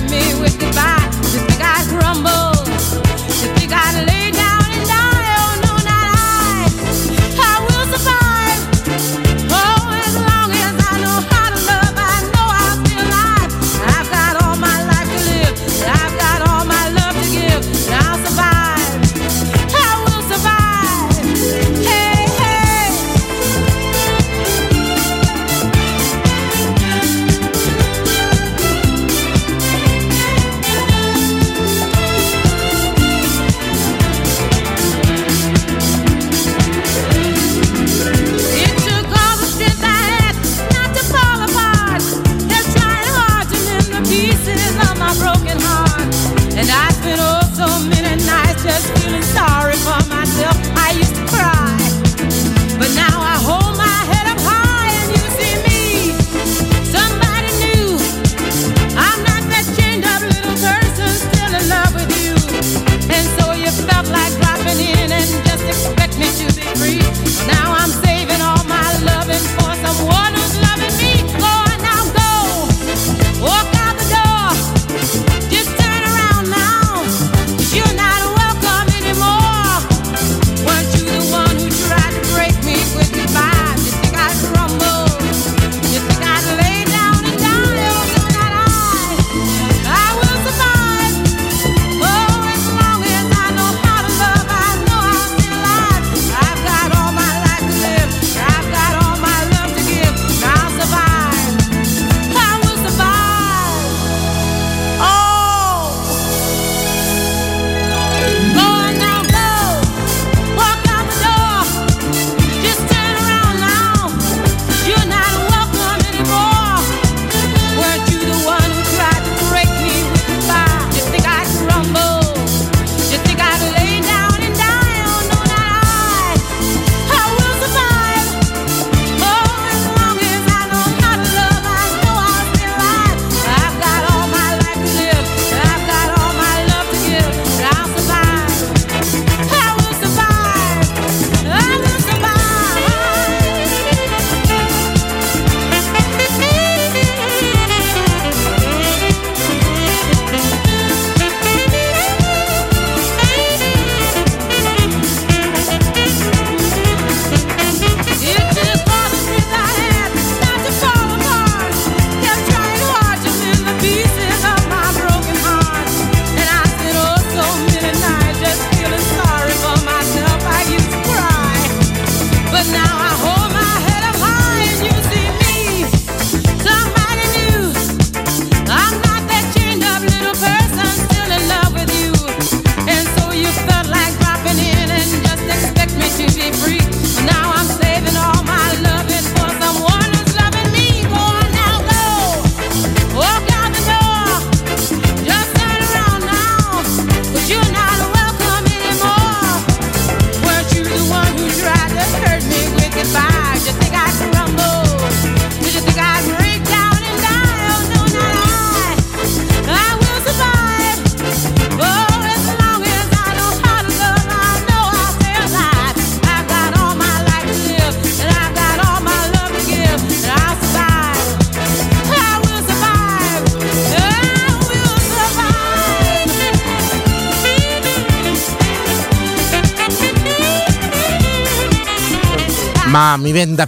Ma mi viene da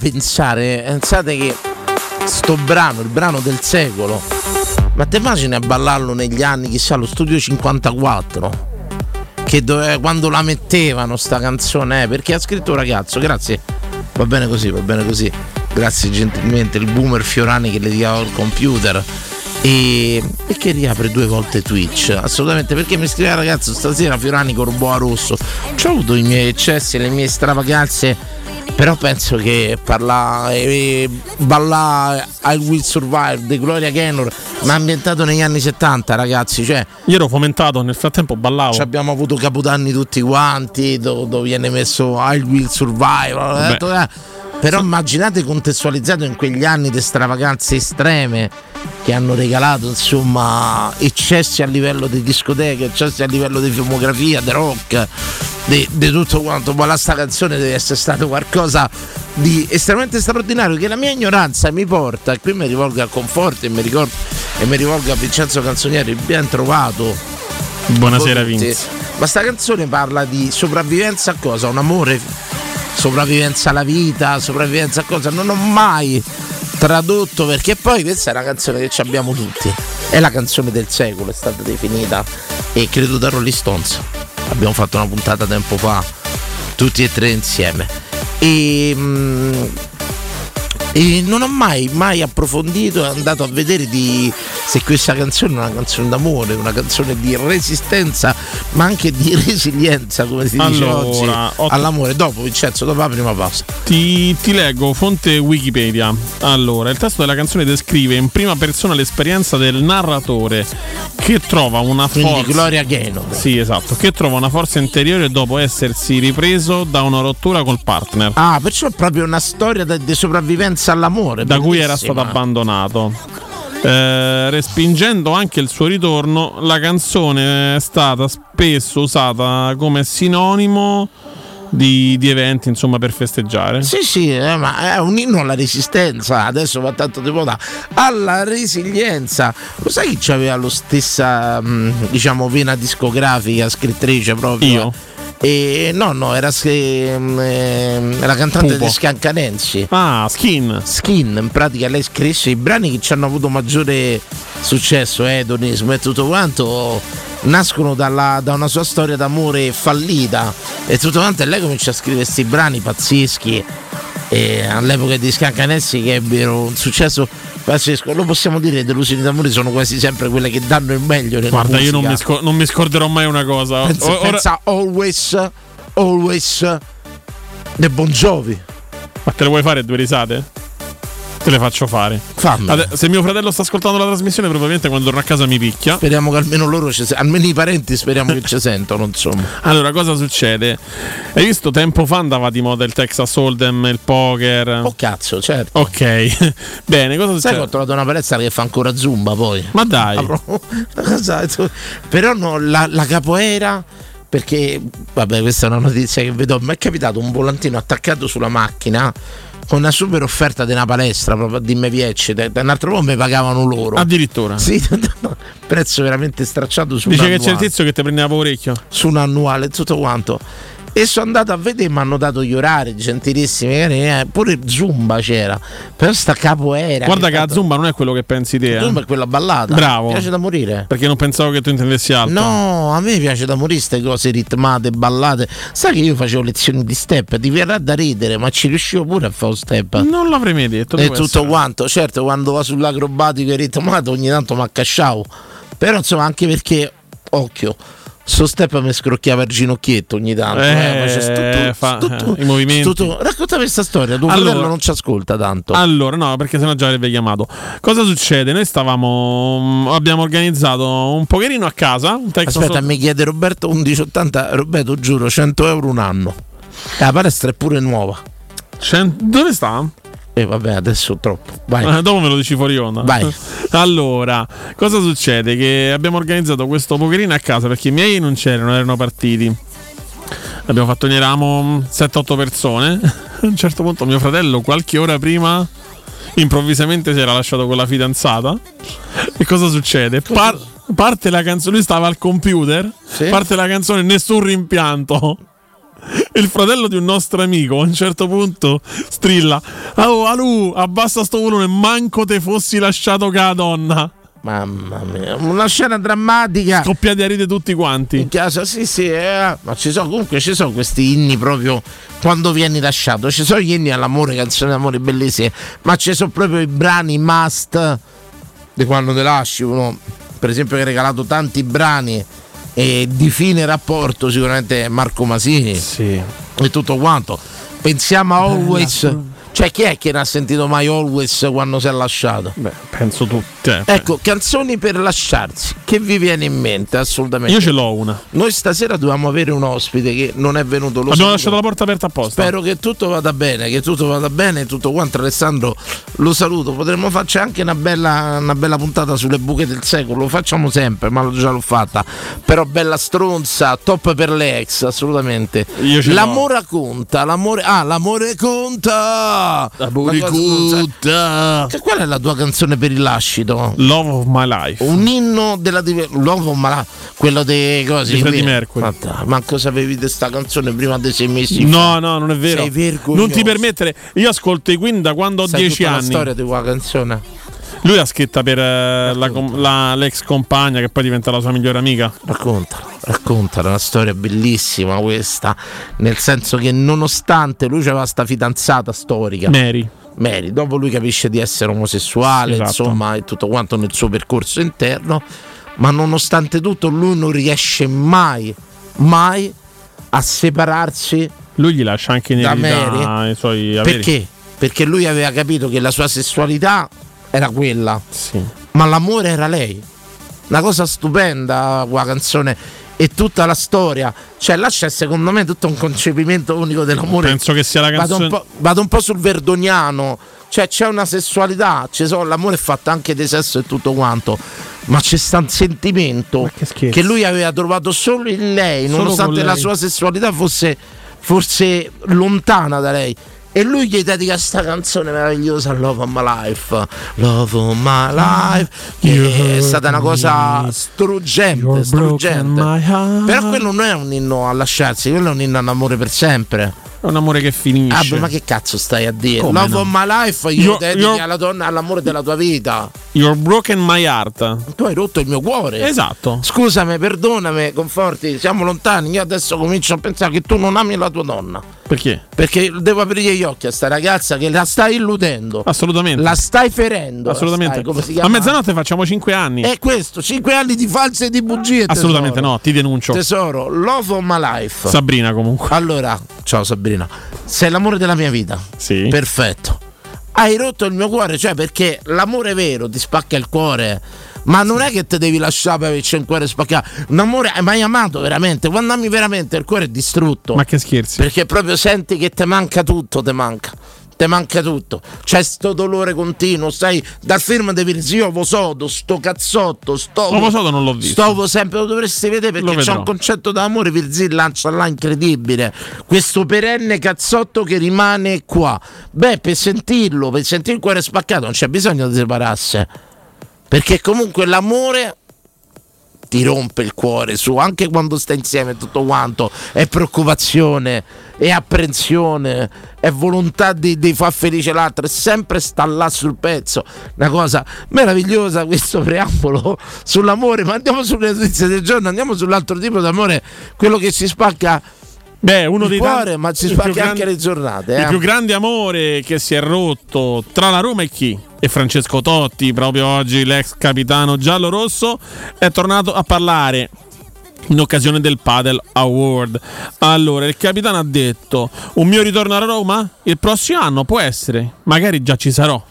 pensate che sto brano, il brano del secolo, ma te immagini a ballarlo negli anni, chissà, lo Studio 54, che quando la mettevano sta canzone, perché ha scritto un ragazzo, grazie, va bene così, grazie gentilmente, il boomer Fiorani che le dedicava il computer. E perché riapre 2 volte Twitch? Assolutamente, perché mi scriveva ragazzo stasera Fiorani con Boa Rosso. C'ho avuto i miei eccessi e le mie stravaganze, però penso che ballare I Will Survive di Gloria Gaynor, ma ambientato negli anni 70, ragazzi, cioè io ero fomentato, nel frattempo ballavo. Abbiamo avuto capodanni tutti quanti dove viene messo I Will Survive, però immaginate contestualizzato in quegli anni di stravaganze estreme che hanno regalato insomma eccessi a livello di discoteche, eccessi a livello di filmografia, di rock, di tutto quanto. Ma sta canzone deve essere stato qualcosa di estremamente straordinario, che la mia ignoranza mi porta, e qui mi rivolgo al conforto e mi ricordo e mi rivolgo a Vincenzo Canzonieri, ben trovato. Buonasera Vince. Ma sta canzone parla di sopravvivenza a cosa? Un amore? Sopravvivenza alla vita? Sopravvivenza a cosa? Non ho mai tradotto, perché poi questa è una canzone che abbiamo tutti, è la canzone del secolo, è stata definita, e credo da Rolling Stones. Abbiamo fatto una puntata tempo fa tutti e tre insieme e non ho mai approfondito e andato a vedere se questa canzone è una canzone d'amore, una canzone di resistenza, ma anche di resilienza, come si dice oggi, all'amore. Dopo Vincenzo, dopo la prima pausa ti leggo fonte Wikipedia. Allora, il testo della canzone descrive in prima persona l'esperienza del narratore che trova una forza, Gloria Gaynor. Sì, esatto, che trova una forza interiore dopo essersi ripreso da una rottura col partner. Ah, perciò è proprio una storia di sopravvivenza all'amore, da cui era stato abbandonato. Respingendo anche il suo ritorno, la canzone è stata spesso usata come sinonimo di eventi, insomma, per festeggiare. Sì, ma è un inno alla resistenza. Adesso va tanto di moda alla resilienza. Lo sai chi c'aveva lo stessa diciamo vena discografica, scrittrice proprio? Io? No, era la cantante di Scancanensi. Ah, Skin. In pratica lei scrisse i brani che ci hanno avuto maggiore successo, Edonismo e tutto quanto, nascono da una sua storia d'amore fallita e tutto quanto, e lei comincia a scrivere questi brani pazzeschi all'epoca di Scancanensi, che ebbero un successo pazzesco. Lo possiamo dire, delusioni d'amore sono quasi sempre quelle che danno il meglio nella Guarda, musica. io non mi scorderò mai una cosa. Pensa Always De Bon Jovi. Ma te le vuoi fare due risate? Te le faccio fare. Se mio fratello sta ascoltando la trasmissione, probabilmente quando torna a casa mi picchia. Speriamo che almeno loro almeno i parenti speriamo che ci sentono, insomma. Allora, cosa succede? Hai visto tempo fa andava di moda il Texas Hold'em, il poker? Oh cazzo, certo. Ok. Bene, cosa succede? Sai che ho trovato una palestra che fa ancora zumba poi. Ma dai. Però no, la capoeira, perché vabbè, questa è una notizia che vedo, mi è capitato un volantino attaccato sulla macchina con una super offerta di una palestra, proprio di me piace. Un altro po' mi pagavano loro. Addirittura? Sì, prezzo veramente stracciato su Dice un che annuale. c'è il tizio che ti prendeva orecchio su un annuale, tutto quanto. E sono andato a vedere, mi hanno dato gli orari gentilissimi, pure Zumba c'era, però sta capoeira. Guarda che la Zumba non è quello che pensi te. Zumba è quella ballata. Bravo. Mi piace da morire. Perché non pensavo che tu intendessi altro. No, a me piace da morire queste cose ritmate, ballate. Sai che io facevo lezioni di step, ti verrà da ridere, ma ci riuscivo pure a fare lo step. Non l'avrei mai detto. E tutto quanto, certo, quando va sull'acrobatico e ritmato ogni tanto mi accasciavo. Però insomma, anche perché, occhio, sto step mi scrocchiava il ginocchietto ogni tanto, i movimenti. Raccontami questa storia, tuo fratello non ci ascolta tanto. Allora, no, perché sennò già avrebbe chiamato. Cosa succede? Noi abbiamo organizzato un pokerino a casa. Aspetta, mi chiede Roberto 1180, Roberto, giuro, 100 euro un anno. La palestra è pure nuova. Dove sta? Vabbè, adesso troppo. Vai. Dopo me lo dici fuori onda. Vai. Allora, cosa succede? Che abbiamo organizzato questo pokerino a casa perché i miei non c'erano, erano partiti. Abbiamo fatto, ne eravamo 7-8 persone. A un certo punto mio fratello, qualche ora prima, improvvisamente si era lasciato con la fidanzata. E cosa succede? Parte la canzone, lui stava al computer, sì? Parte la canzone, nessun rimpianto. Il fratello di un nostro amico a un certo punto strilla: "Oh, Alu, abbassa sto volume, manco te fossi lasciato con la donna". Mamma mia, una scena drammatica. Scoppiati a ridere tutti quanti. In casa, sì, ma ci sono questi inni proprio quando vieni lasciato. Ci sono gli inni all'amore, canzoni d'amore bellissime, ma ci sono proprio i brani must di quando te lasci. Uno, per esempio, che ha regalato tanti brani e di fine rapporto, sicuramente Marco Masini, sì, e tutto quanto. Pensiamo a Always. Cioè, chi è che non ha sentito mai Always quando si è lasciato? Beh, penso tutte. Ecco, canzoni per lasciarsi. Che vi viene in mente? Assolutamente. Io ce l'ho una. Noi stasera dovevamo avere un ospite che non è venuto. Abbiamo lasciato la porta aperta apposta. Spero che tutto vada bene, tutto quanto. Alessandro, lo saluto. Potremmo farci anche una bella puntata sulle buche del secolo. Lo facciamo sempre, ma già l'ho fatta. Però bella stronza, top per le ex, assolutamente. L'amore conta, l'amore conta. Che qual è la tua canzone per il lascito? capito? Love of My Life. Un inno della Love of My Life, quello di cose di Freddie Mercury. Manco sapevi di sta canzone prima di 6 mesi. No, non è vero. Sei vergognoso. Non ti permettere. Io ascolto i Queen da quando ho 10 anni. La storia di quella canzone. Lui l'ha scritta per l'ex compagna che poi diventa la sua migliore amica. Raccontala, una storia bellissima questa, nel senso che nonostante lui aveva sta fidanzata storica Mary, dopo lui capisce di essere omosessuale, esatto. Insomma, e tutto quanto nel suo percorso interno, ma nonostante tutto lui non riesce mai a separarsi. Lui gli lascia anche in eredità i suoi averi. Perché? Perché lui aveva capito che la sua sessualità era quella, sì, ma l'amore era lei. Una cosa stupenda quella canzone e tutta la storia, cioè là c'è secondo me tutto un concepimento unico dell'amore. Penso che sia la canzone. Vado un po' sul verdoniano, cioè c'è una sessualità, l'amore è fatto anche di sesso e tutto quanto, ma c'è sta un sentimento che lui aveva trovato solo in lei, solo nonostante la sua sessualità fosse lontana da lei. E lui gli dedica sta canzone meravigliosa, Love of My Life, Love of My Life, che è stata una cosa struggente. Però quello non è un inno a lasciarsi, quello è un inno all'amore per sempre. È un amore che finisce. Ma che cazzo stai a dire? Come Love of My Life io dedichi alla donna, all'amore della tua vita. You're broken my heart. Tu hai rotto il mio cuore. Esatto. Scusami, perdonami, Conforti, siamo lontani. Io adesso comincio a pensare che tu non ami la tua donna. Perché? Perché devo aprire gli occhi a sta ragazza che la stai illudendo. Assolutamente. La stai ferendo. Assolutamente. Come si chiama? A mezzanotte facciamo 5 anni. È questo, 5 anni di false e di bugie. Assolutamente tesoro. no, ti denuncio. Tesoro, Love of My Life. Sabrina comunque. Allora, ciao Sabrina. Sei l'amore della mia vita. Sì. Perfetto. Hai rotto il mio cuore, cioè perché l'amore vero ti spacca il cuore. Ma non è che te devi lasciare per averci il cuore spaccato. Un amore hai mai amato veramente? Quando ami veramente il cuore è distrutto. Ma che scherzi? Perché proprio senti che te manca tutto, te manca tutto. C'è sto dolore continuo, sai, dal film di Virzio Vosodo, sto cazzotto, Vosodo non l'ho visto. Stovo sempre, lo dovresti vedere perché c'è un concetto d'amore, Virzio lancia là incredibile. Questo perenne cazzotto che rimane qua. Beh, per sentire il cuore spaccato non c'è bisogno di separarsi. Perché comunque l'amore ti rompe il cuore su, anche quando stai insieme tutto quanto, è preoccupazione, è apprensione, è volontà di far felice l'altro, è sempre sta là sul pezzo. Una cosa meravigliosa questo preambolo sull'amore, ma andiamo sulle notizie del giorno, andiamo sull'altro tipo d'amore, quello che si spacca uno il cuore, ma si spacca anche le giornate. Il più grande amore che si è rotto tra la Roma e chi? E Francesco Totti, proprio oggi l'ex capitano giallo-rosso, è tornato a parlare in occasione del Padel Award. Allora, il capitano ha detto: un mio ritorno a Roma? Il prossimo anno può essere, magari già ci sarò.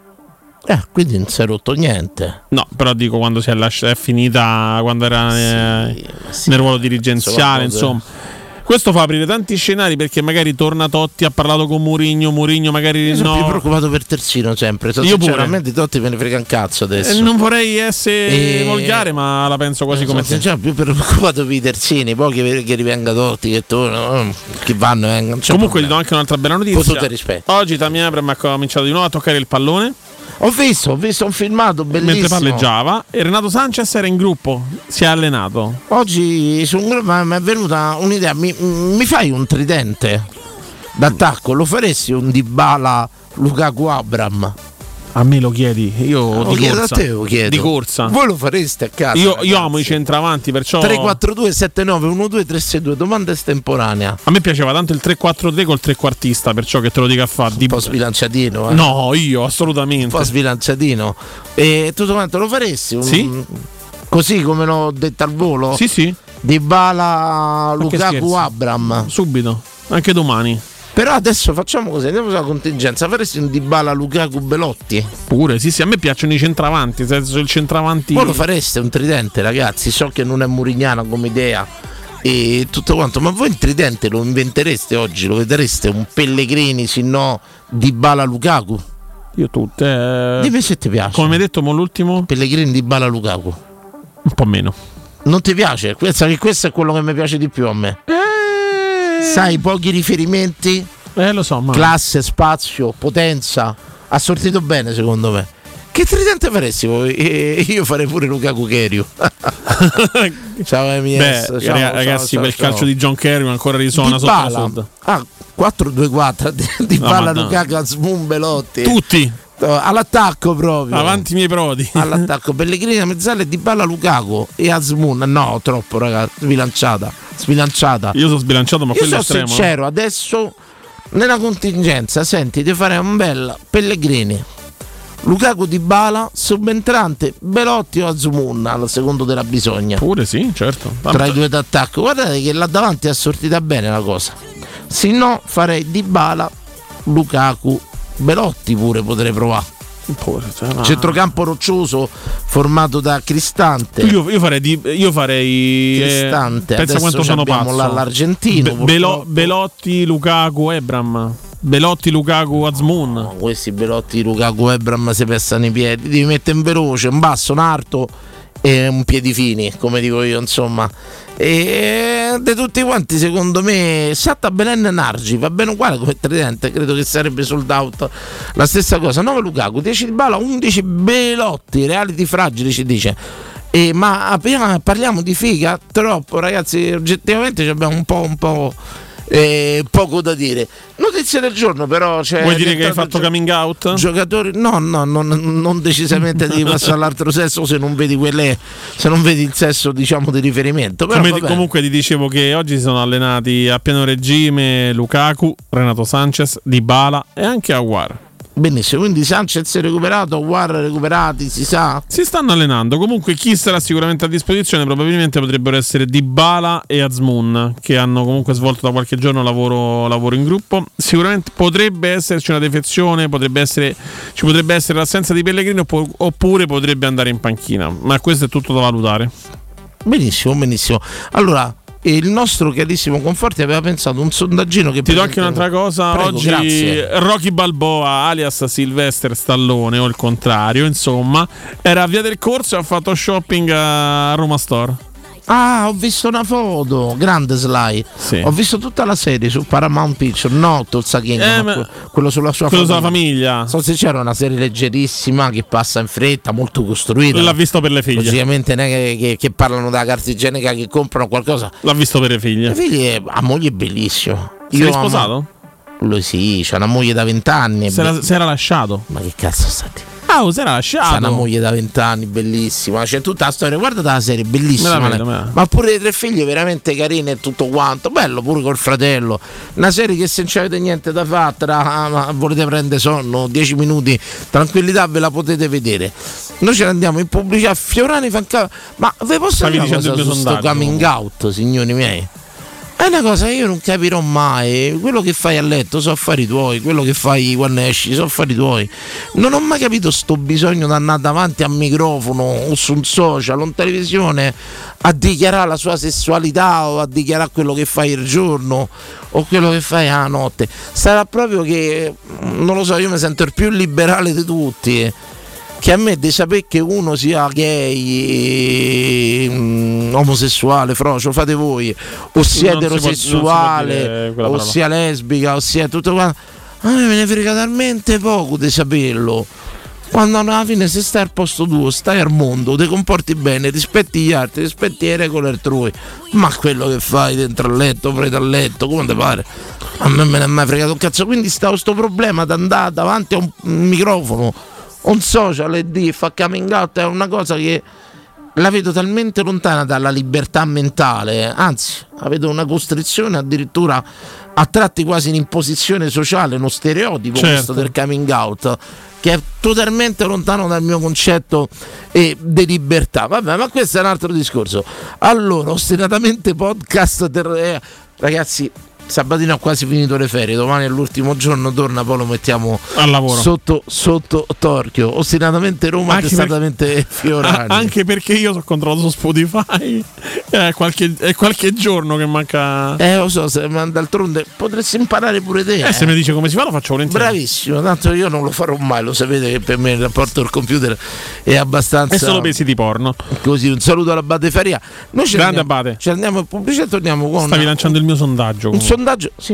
Quindi non si è rotto niente. No, però dico quando è finita, quando era nel ruolo dirigenziale, insomma. Questo fa aprire tanti scenari perché magari torna Totti, ha parlato con Mourinho magari io sono più preoccupato per Terzino sempre. Io sinceramente Totti me ne frega un cazzo adesso. Non vorrei essere volgare, ma la penso quasi come te. Sono più preoccupato per i terzini, poi che rivenga Totti, che torna, che vanno. Comunque ti do anche un'altra bella notizia. Con tutto il rispetto. Oggi Tammy Abraham ha cominciato di nuovo a toccare il pallone. Ho visto un filmato bellissimo. Mentre palleggiava e Renato Sanchez era in gruppo, si è allenato. Oggi su un gruppo mi è venuta un'idea, mi fai un tridente d'attacco? Lo faresti un Dybala Lukaku Abraham? A me lo chiedi, io lo chiedo a te, lo chiedo. Di corsa. Voi lo fareste a casa? Io amo i centravanti, perciò 3-4-2 7-9 1-2 3-6-2. Domanda estemporanea. A me piaceva tanto il 3-4-3 col trequartista, perciò che te lo dica a fare. Un po' sbilanciatino. No, io assolutamente. Un po' sbilanciatino. E tutto quanto lo faresti? Sì. Così come l'ho detto al volo? Sì. Dybala Lukaku Abraham. Subito, anche domani. Però adesso facciamo così, andiamo sulla contingenza. Faresti un Dybala Lukaku Belotti? Pure, sì, a me piacciono i centravanti, senso il centravanti. Voi lo fareste un tridente, ragazzi? So che non è murignana come idea e tutto quanto, ma voi il tridente lo inventereste oggi? Lo vedreste un Pellegrini, se no Dybala Lukaku? Io tutte. Dimmi se ti piace. Come mi hai detto l'ultimo? Pellegrini Dybala Lukaku. Un po' meno. Non ti piace? Pensa che questo è quello che mi piace di più a me. Sai, pochi riferimenti, lo so, ma classe, spazio, potenza, ha sortito bene secondo me. Che tridente faresti voi? Io farei pure Lukaku Kerio. Ciao MS. Ragazzi, quel calcio di John Kerry ancora risuona sotto la sud. 4-2-4 Dybala, Lukaku, Azmoun, Belotti. Tutti all'attacco proprio. Avanti i miei prodi. All'attacco Pellegrini a mezzala e Dybala, Lukaku e Azmoun. No, troppo ragazzi, sbilanciata. Io sono sbilanciato, ma quello è estremo. Io sono sincero, adesso nella contingenza, senti, ti farei un bel Pellegrini, Lukaku, Dybala, subentrante Belotti o Azmoun al secondo della bisogna. Pure sì, certo. Tra i due d'attacco. Guardate che là davanti è sortita bene la cosa. Se no farei Dybala, Lukaku, Belotti pure potrei provare. Centrocampo roccioso formato da Cristante. Io farei Cristante. Pensa quanto sono pazzo. L'argentino Belotti, Lukaku, Ebram. Belotti, Lukaku, Azmoun. No, questi Belotti, Lukaku, Ebram si pestano i piedi. Devi mettere un veloce, un basso, un alto e un piedi fini, come dico io, insomma. E di tutti quanti, secondo me, Satta, Belen e Nargi va bene uguale come tridente. Credo che sarebbe sold out la stessa cosa. 9 Lukaku, 10 Dybala, 11 Belotti. Reality fragili ci dice. Ma appena parliamo di figa, troppo ragazzi, oggettivamente abbiamo un po'. Poco da dire. Notizia del giorno, però. Vuoi dire che hai fatto coming out? Giocatori, no, non decisamente devi passare all'altro sesso se non vedi se non vedi il sesso, diciamo, di riferimento. Però, comunque ti dicevo che oggi si sono allenati a pieno regime Lukaku, Renato Sanchez, Dybala e anche Aouar. Benissimo, quindi Sanchez è recuperato, Aouar recuperati, si sa. Si stanno allenando. Comunque chi sarà sicuramente a disposizione probabilmente potrebbero essere Dybala e Azmoun, che hanno comunque svolto da qualche giorno lavoro in gruppo. Sicuramente potrebbe esserci una defezione, ci potrebbe essere l'assenza di Pellegrini, oppure potrebbe andare in panchina, ma questo è tutto da valutare. Benissimo. Allora, il nostro carissimo Conforti aveva pensato un sondaggino che ti do anche un'altra cosa. Prego, oggi grazie. Rocky Balboa alias Sylvester Stallone, o il contrario, insomma, era a Via del Corso e ha fatto shopping a Roma Store. Ho visto una foto, grande Sly. Sì. Ho visto tutta la serie su Paramount Pictures, no Tulsa King, quello sulla sua famiglia. So se c'era una serie leggerissima che passa in fretta, molto costruita. L'ha visto per le figlie. Logicamente non è che parlano della carta igienica, che comprano qualcosa. L'ha visto per le figlie. Le figlie, a moglie è bellissimo. Sei sposato? Lui sì, c'ha una moglie da 20 anni. Si era lasciato. Ma che cazzo state? Si era lasciato. C'ha una moglie da 20 anni, bellissima. C'è tutta la storia. Guardate la serie, bellissima. Ma pure le 3 figlie veramente carine e tutto quanto. Bello pure col fratello. Una serie che se non avete niente da fare, volete prendere sonno, 10 minuti, tranquillità, ve la potete vedere. Noi ce ne andiamo in pubblicità. Fiorani Fancava. Ma vi posso dire una cosa su sto coming out, signori miei? È una cosa che io non capirò mai. Quello che fai a letto sono affari tuoi, quello che fai quando esci sono affari tuoi. Non ho mai capito sto bisogno di andare davanti al microfono o su un social o in televisione a dichiarare la sua sessualità o a dichiarare quello che fai il giorno o quello che fai la notte. Sarà proprio che, non lo so, io mi sento il più liberale di tutti. Che a me di sapere che uno sia gay, omosessuale, frocio, fate voi, o sia eterosessuale, o sia lesbica, o sia tutto quanto. A me ne frega talmente poco di saperlo. Quando alla fine se stai al posto tuo, stai al mondo, ti comporti bene, rispetti gli altri, rispetti le regole altrui. Ma quello che fai dentro al letto, fuori dal letto, come ti pare? A me non è mai fregato un cazzo. Quindi sta sto problema di andare davanti a un microfono, un social e di fa coming out è una cosa che la vedo talmente lontana dalla libertà mentale, anzi la vedo una costrizione, addirittura a tratti quasi un'imposizione sociale, uno stereotipo, certo, questo del coming out, che è totalmente lontano dal mio concetto di libertà. Vabbè, ma questo è un altro discorso. Allora, ostinatamente podcast ragazzi, sabatino ha quasi finito le ferie, domani è l'ultimo giorno, torna, poi lo mettiamo al lavoro sotto torchio. Ostinatamente Roma, testatamente Fiorani. Anche perché io sono controllato su Spotify, è qualche giorno che manca. Lo so, ma d'altronde potresti imparare pure te. Se mi dice come si fa, lo faccio volentieri. Bravissimo, tanto io non lo farò mai, lo sapete che per me il rapporto col computer è abbastanza. È solo pesi di porno. Così, un saluto alla Abate Faria. Noi Grande Abate. Ci andiamo in pubblicità e torniamo con. Stavi lanciando il mio sondaggio. Un sondaggio, sì.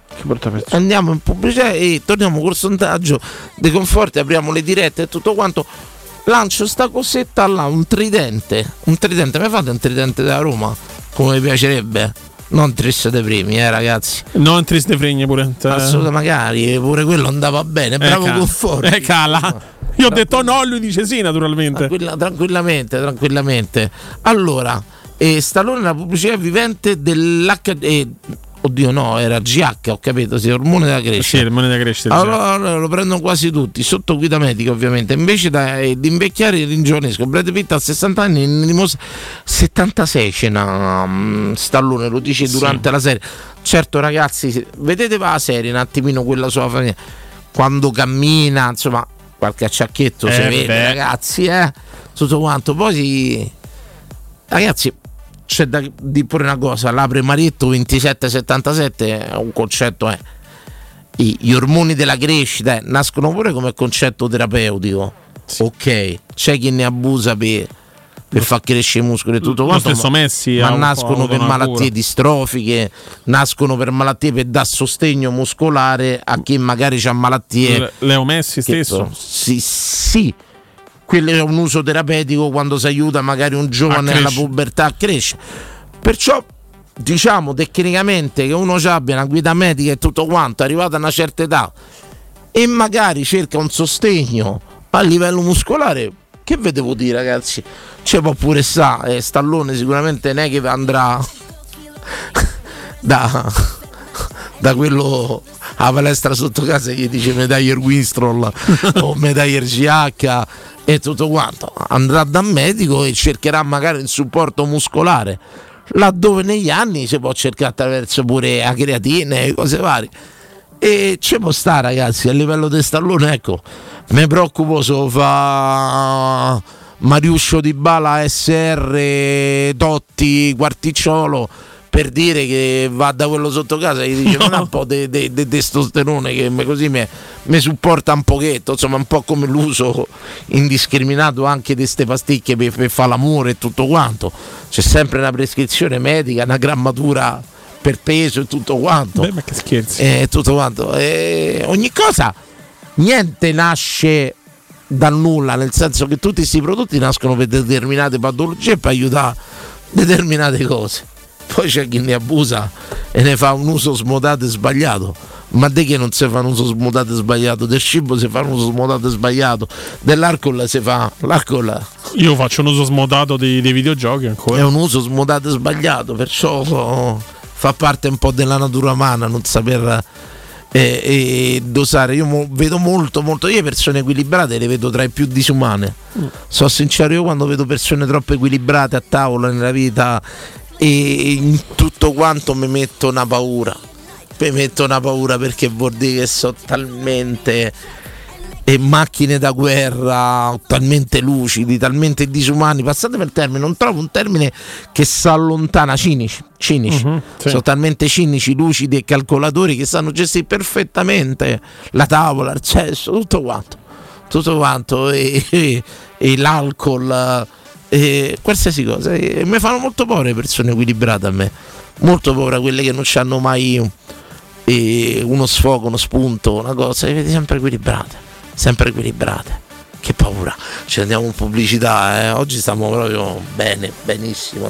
Andiamo in pubblicità e torniamo col sondaggio dei conforti, apriamo le dirette e tutto quanto. Lancio sta cosetta là, un tridente, mi fate un tridente da Roma? Come vi piacerebbe? Non triste dei primi, ragazzi. Non triste fregne pure. Assolutamente, magari pure quello andava bene. Bravo Conforti. Cala. Io ho detto no, lui dice sì, naturalmente. Tranquillamente. Allora, Stallone la pubblicità vivente oddio no, era GH, ho capito, sì, ormone della crescita. Sì, ormone della crescita. Allora lo prendono quasi tutti, sotto guida medica ovviamente. Invece di invecchiare ringiovanesco. Brad Pitt a 60 anni ne dimostra 76 ce n'ha Stallone, lo dice durante la serie. Certo ragazzi, vedete la serie un attimino quella sua famiglia. Quando cammina, insomma, qualche acciacchetto si vede, ragazzi, tutto quanto. Poi ragazzi, c'è da dire pure una cosa, l'apre Marietto 2777 è un concetto, gli ormoni della crescita nascono pure come concetto terapeutico, sì. Ok, c'è chi ne abusa per far crescere i muscoli e tutto quanto, stesso Messi, ma nascono per malattie distrofiche, nascono per malattie per dar sostegno muscolare a chi magari ha malattie. Leo Messi stesso? Sì. Quello è un uso terapeutico quando si aiuta magari un giovane alla pubertà a crescere. Perciò diciamo tecnicamente che uno abbia una guida medica e tutto quanto, arrivato a una certa età e magari cerca un sostegno a livello muscolare, che ve devo dire ragazzi, c'è può pure Stallone sicuramente non è che andrà da quello a palestra sotto casa e gli dice Medaglier Winstrol o Medaglier GH e tutto quanto, andrà dal medico e cercherà magari il supporto muscolare, laddove negli anni si può cercare attraverso pure la creatina e cose varie, e ci può stare ragazzi. A livello di Stallone, ecco, mi preoccupo se fa Mariuscio Dybala SR Totti Quarticciolo, per dire che va da quello sotto casa e gli dice no. Un po' di testosterone che così mi supporta un pochetto, insomma, un po' come l'uso indiscriminato anche di queste pasticche per fare l'amore e tutto quanto. C'è sempre una prescrizione medica, una grammatura per peso e tutto quanto. Beh, ma che scherzi. Tutto quanto. Ogni cosa, niente nasce dal nulla, nel senso che tutti questi prodotti nascono per determinate patologie e per aiutare determinate cose. Poi c'è chi ne abusa e ne fa un uso smodato e sbagliato. Ma di che non si fa un uso smodato e sbagliato? Del cibo si fa un uso smodato e sbagliato, dell'alcol si fa l'alcol. Io faccio un uso smodato dei videogiochi ancora. È un uso smodato e sbagliato, perciò fa parte un po' della natura umana non saper dosare. Io vedo molto, io persone equilibrate le vedo tra i più disumane. Sono sincero, io quando vedo persone troppo equilibrate a tavola nella vita e in tutto quanto mi metto una paura, perché vuol dire che sono talmente macchine da guerra, talmente lucidi, talmente disumani, passatemi il termine, non trovo un termine che si allontana, cinici, sì. Sono talmente cinici, lucidi e calcolatori che sanno gestire perfettamente la tavola, il cesso, tutto quanto e l'alcol, qualsiasi cosa. Mi fanno molto paura le persone equilibrate, a me molto paura quelle che non hanno mai uno sfogo, uno spunto, una cosa, le vedi sempre equilibrate. Che paura. Ci andiamo in pubblicità, oggi stiamo proprio bene, benissimo.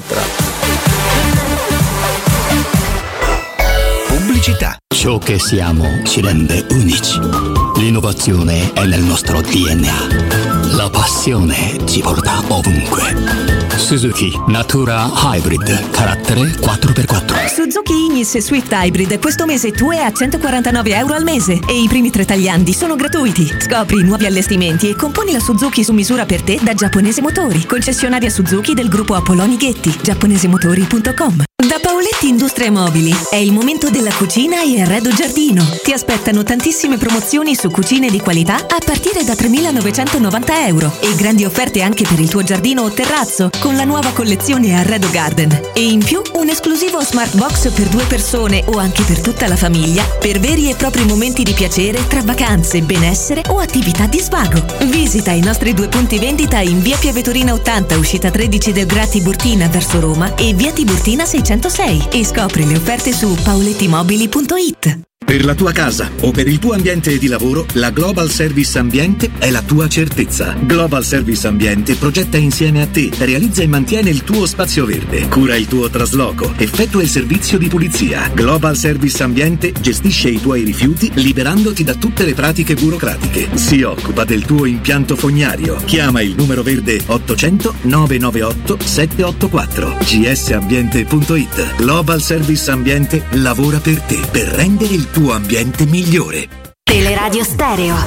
Pubblicità. Ciò che siamo ci rende unici. L'innovazione è nel nostro DNA. La passione ci porta ovunque. Suzuki Natura Hybrid, carattere 4x4. Suzuki Ignis Swift Hybrid questo mese tu è a €149 al mese e i primi 3 tagliandi sono gratuiti. Scopri nuovi allestimenti e componi la Suzuki su misura per te da Giapponese Motori, concessionaria Suzuki del gruppo Apoloni Ghetti, giapponesemotori.com. Da Paoletti Industrie Mobili è il momento della cucina e arredo giardino. Ti aspettano tantissime promozioni su cucine di qualità a partire da €3.990 e grandi offerte anche per il tuo giardino o terrazzo con la nuova collezione Arredo Garden. E in più un esclusivo smart box per 2 persone o anche per tutta la famiglia per veri e propri momenti di piacere tra vacanze, benessere o attività di svago. Visita i nostri 2 punti vendita in via Piavetorina 80, uscita 13 del Gra Tiburtina verso Roma e via Tiburtina 606 e scopri le offerte su paolettimobili.it. Per la tua casa o per il tuo ambiente di lavoro, la Global Service Ambiente è la tua certezza. Global Service Ambiente progetta insieme a te, realizza e mantiene il tuo spazio verde, cura il tuo trasloco, effettua il servizio di pulizia. Global Service Ambiente gestisce i tuoi rifiuti liberandoti da tutte le pratiche burocratiche. Si occupa del tuo impianto fognario. Chiama il numero verde 800 998 784. gsambiente.it. Global Service Ambiente lavora per te, per rendere il tuo ambiente migliore. Teleradio Stereo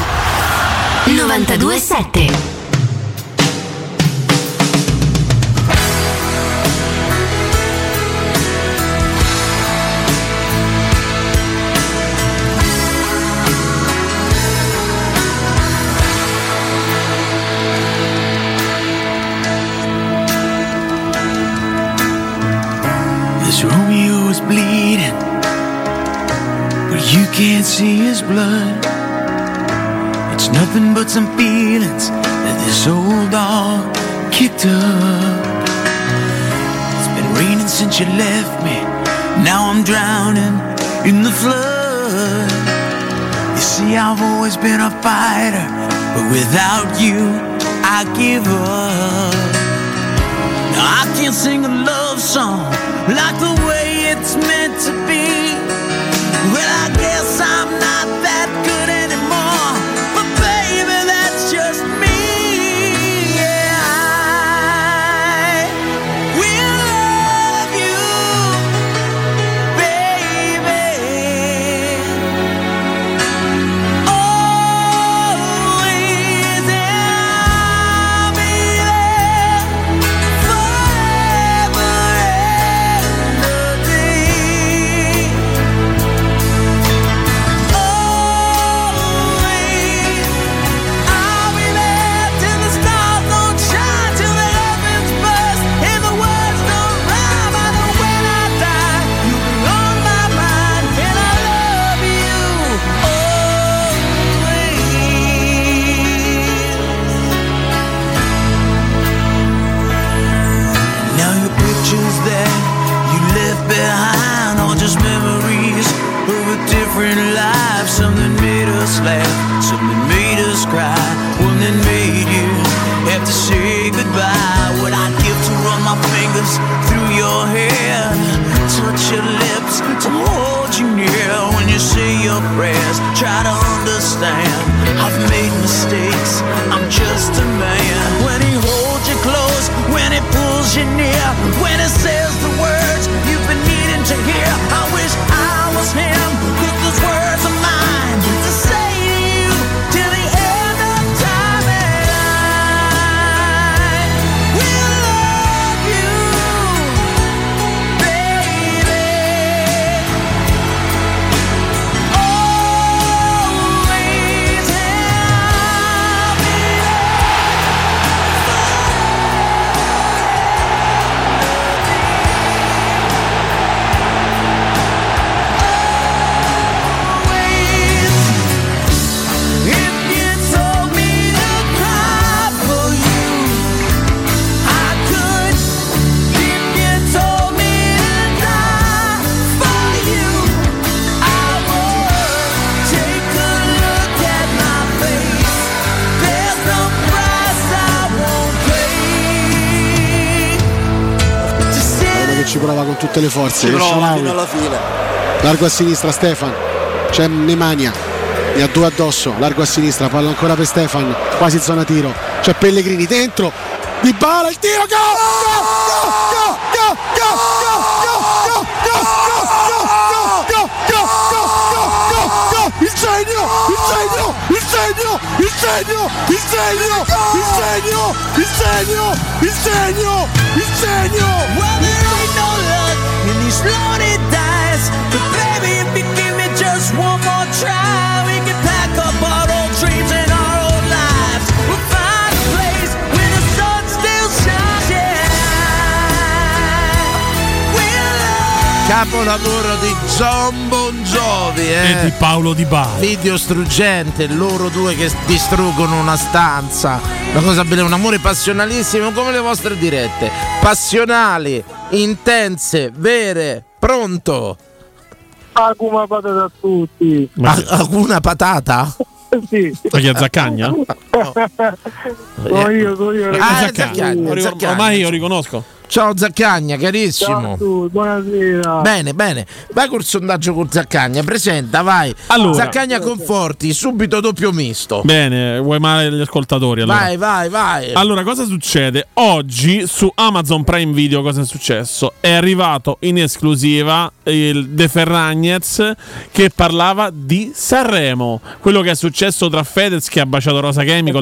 92.7. Romeo is bleeding, but you can't see his blood. It's nothing but some feelings that this old dog kicked up. It's been raining since you left me, now I'm drowning in the flood. You see, I've always been a fighter, but without you, I give up. Now I can't sing a love song like the way it's meant to be. Well, I guess I'm not that good anymore, but baby, that's just me. Yeah, I will love you, baby, always, and I'll be there forever. Behind all just memories of a different life. Something made us laugh, something made us cry, one that made you have to say goodbye. What I'd give to run my fingers through your hair, touch your lips, to hold you near. When you say your prayers, try to understand I've made mistakes, I'm just a man. When he holds you close, when he pulls you near, when he says the words you've been needing to hear, I wish I was him, with those words of mine to say to you till the end of time. And I will love you, baby, always, and I'll be ci prova con tutte le forze. Ci prova fino alla fine. Largo a sinistra Stefan, c'è Nemanja, ne ha due addosso, largo a sinistra, palla ancora per Stefan, quasi zona tiro, c'è Pellegrini dentro, Dybala, il tiro, il segno. Well, there ain't no luck in these loaded dice, but baby, if you give me just one more try, we can pack up our old dreams and our old lives. We'll find a place where the sun still shines. Capolavoro di John Bon Jovi e di Paolo Dybala. Video struggente, loro due che distruggono una stanza, una cosa bella, un amore passionalissimo come le vostre dirette, passionali, intense, vere. Pronto? Acuma patata a tutti. Una patata? Sì. Ma chi è Zaccagna? Sono io. Zaccagna. Ormai io riconosco. Ciao Zaccagna, carissimo. Ciao, buonasera. Bene. Vai col sondaggio con Zaccagna, presenta, vai. Allora. Zaccagna Conforti, subito doppio misto. Bene, vuoi male gli ascoltatori allora? Vai. Allora, cosa succede? Oggi su Amazon Prime Video cosa è successo? È arrivato in esclusiva il De Ferragnez che parlava di Sanremo, quello che è successo tra Fedez che ha baciato Rosa Chemical.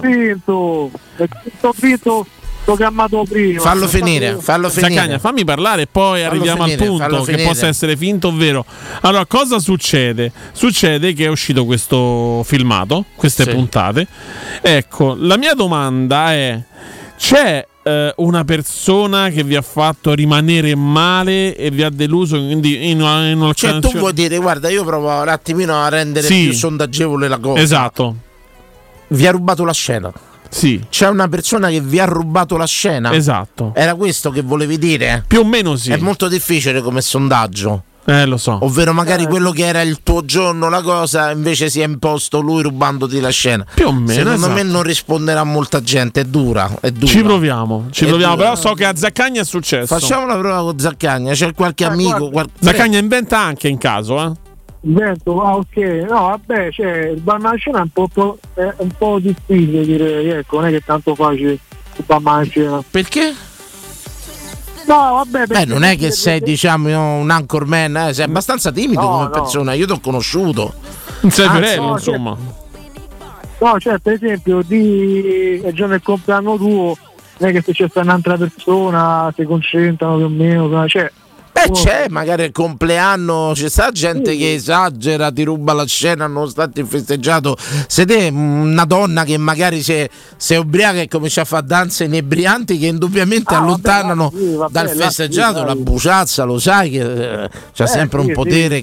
L'ho chiamato prima. Fallo finire. Zaccagna, fammi parlare e poi arriviamo al punto che possa essere finto o vero. Allora, cosa succede? Succede che è uscito questo filmato, queste puntate. Ecco, la mia domanda è: c'è una persona che vi ha fatto rimanere male e vi ha deluso, quindi in una cioè tu vuoi dire, guarda, io provo un attimino a rendere più sondaggevole la cosa. Esatto. Vi ha rubato la scena. Sì. C'è una persona che vi ha rubato la scena? Esatto. Era questo che volevi dire? Più o meno sì. È molto difficile come sondaggio. Lo so. Ovvero magari quello che era il tuo giorno, la cosa, invece si è imposto lui rubandoti la scena. Più o meno. Secondo me non risponderà molta gente, è dura. Ci proviamo, però so che a Zaccagna è successo. Facciamo la prova con Zaccagna, c'è qualche amico. Zaccagna inventa anche in caso, Invento, ok, no vabbè, cioè il barman scena è un po' difficile, direi, ecco, non è che è tanto facile il barman scena. Perché? No, vabbè, non è che sei, diciamo, un anchorman, sei abbastanza timido come persona, io ti ho conosciuto. Non sei Fiorello, insomma. No, cioè, per esempio, il giorno del compleanno tuo, non è che se c'è un'altra persona si concentrano più o meno, cioè. C'è magari il compleanno, c'è sta gente che esagera, ti ruba la scena nonostante il festeggiato. Se te una donna che magari si è ubriaca e comincia a fare danze inebrianti che indubbiamente allontanano dal festeggiato, la buciazza, lo sai che c'ha sempre un potere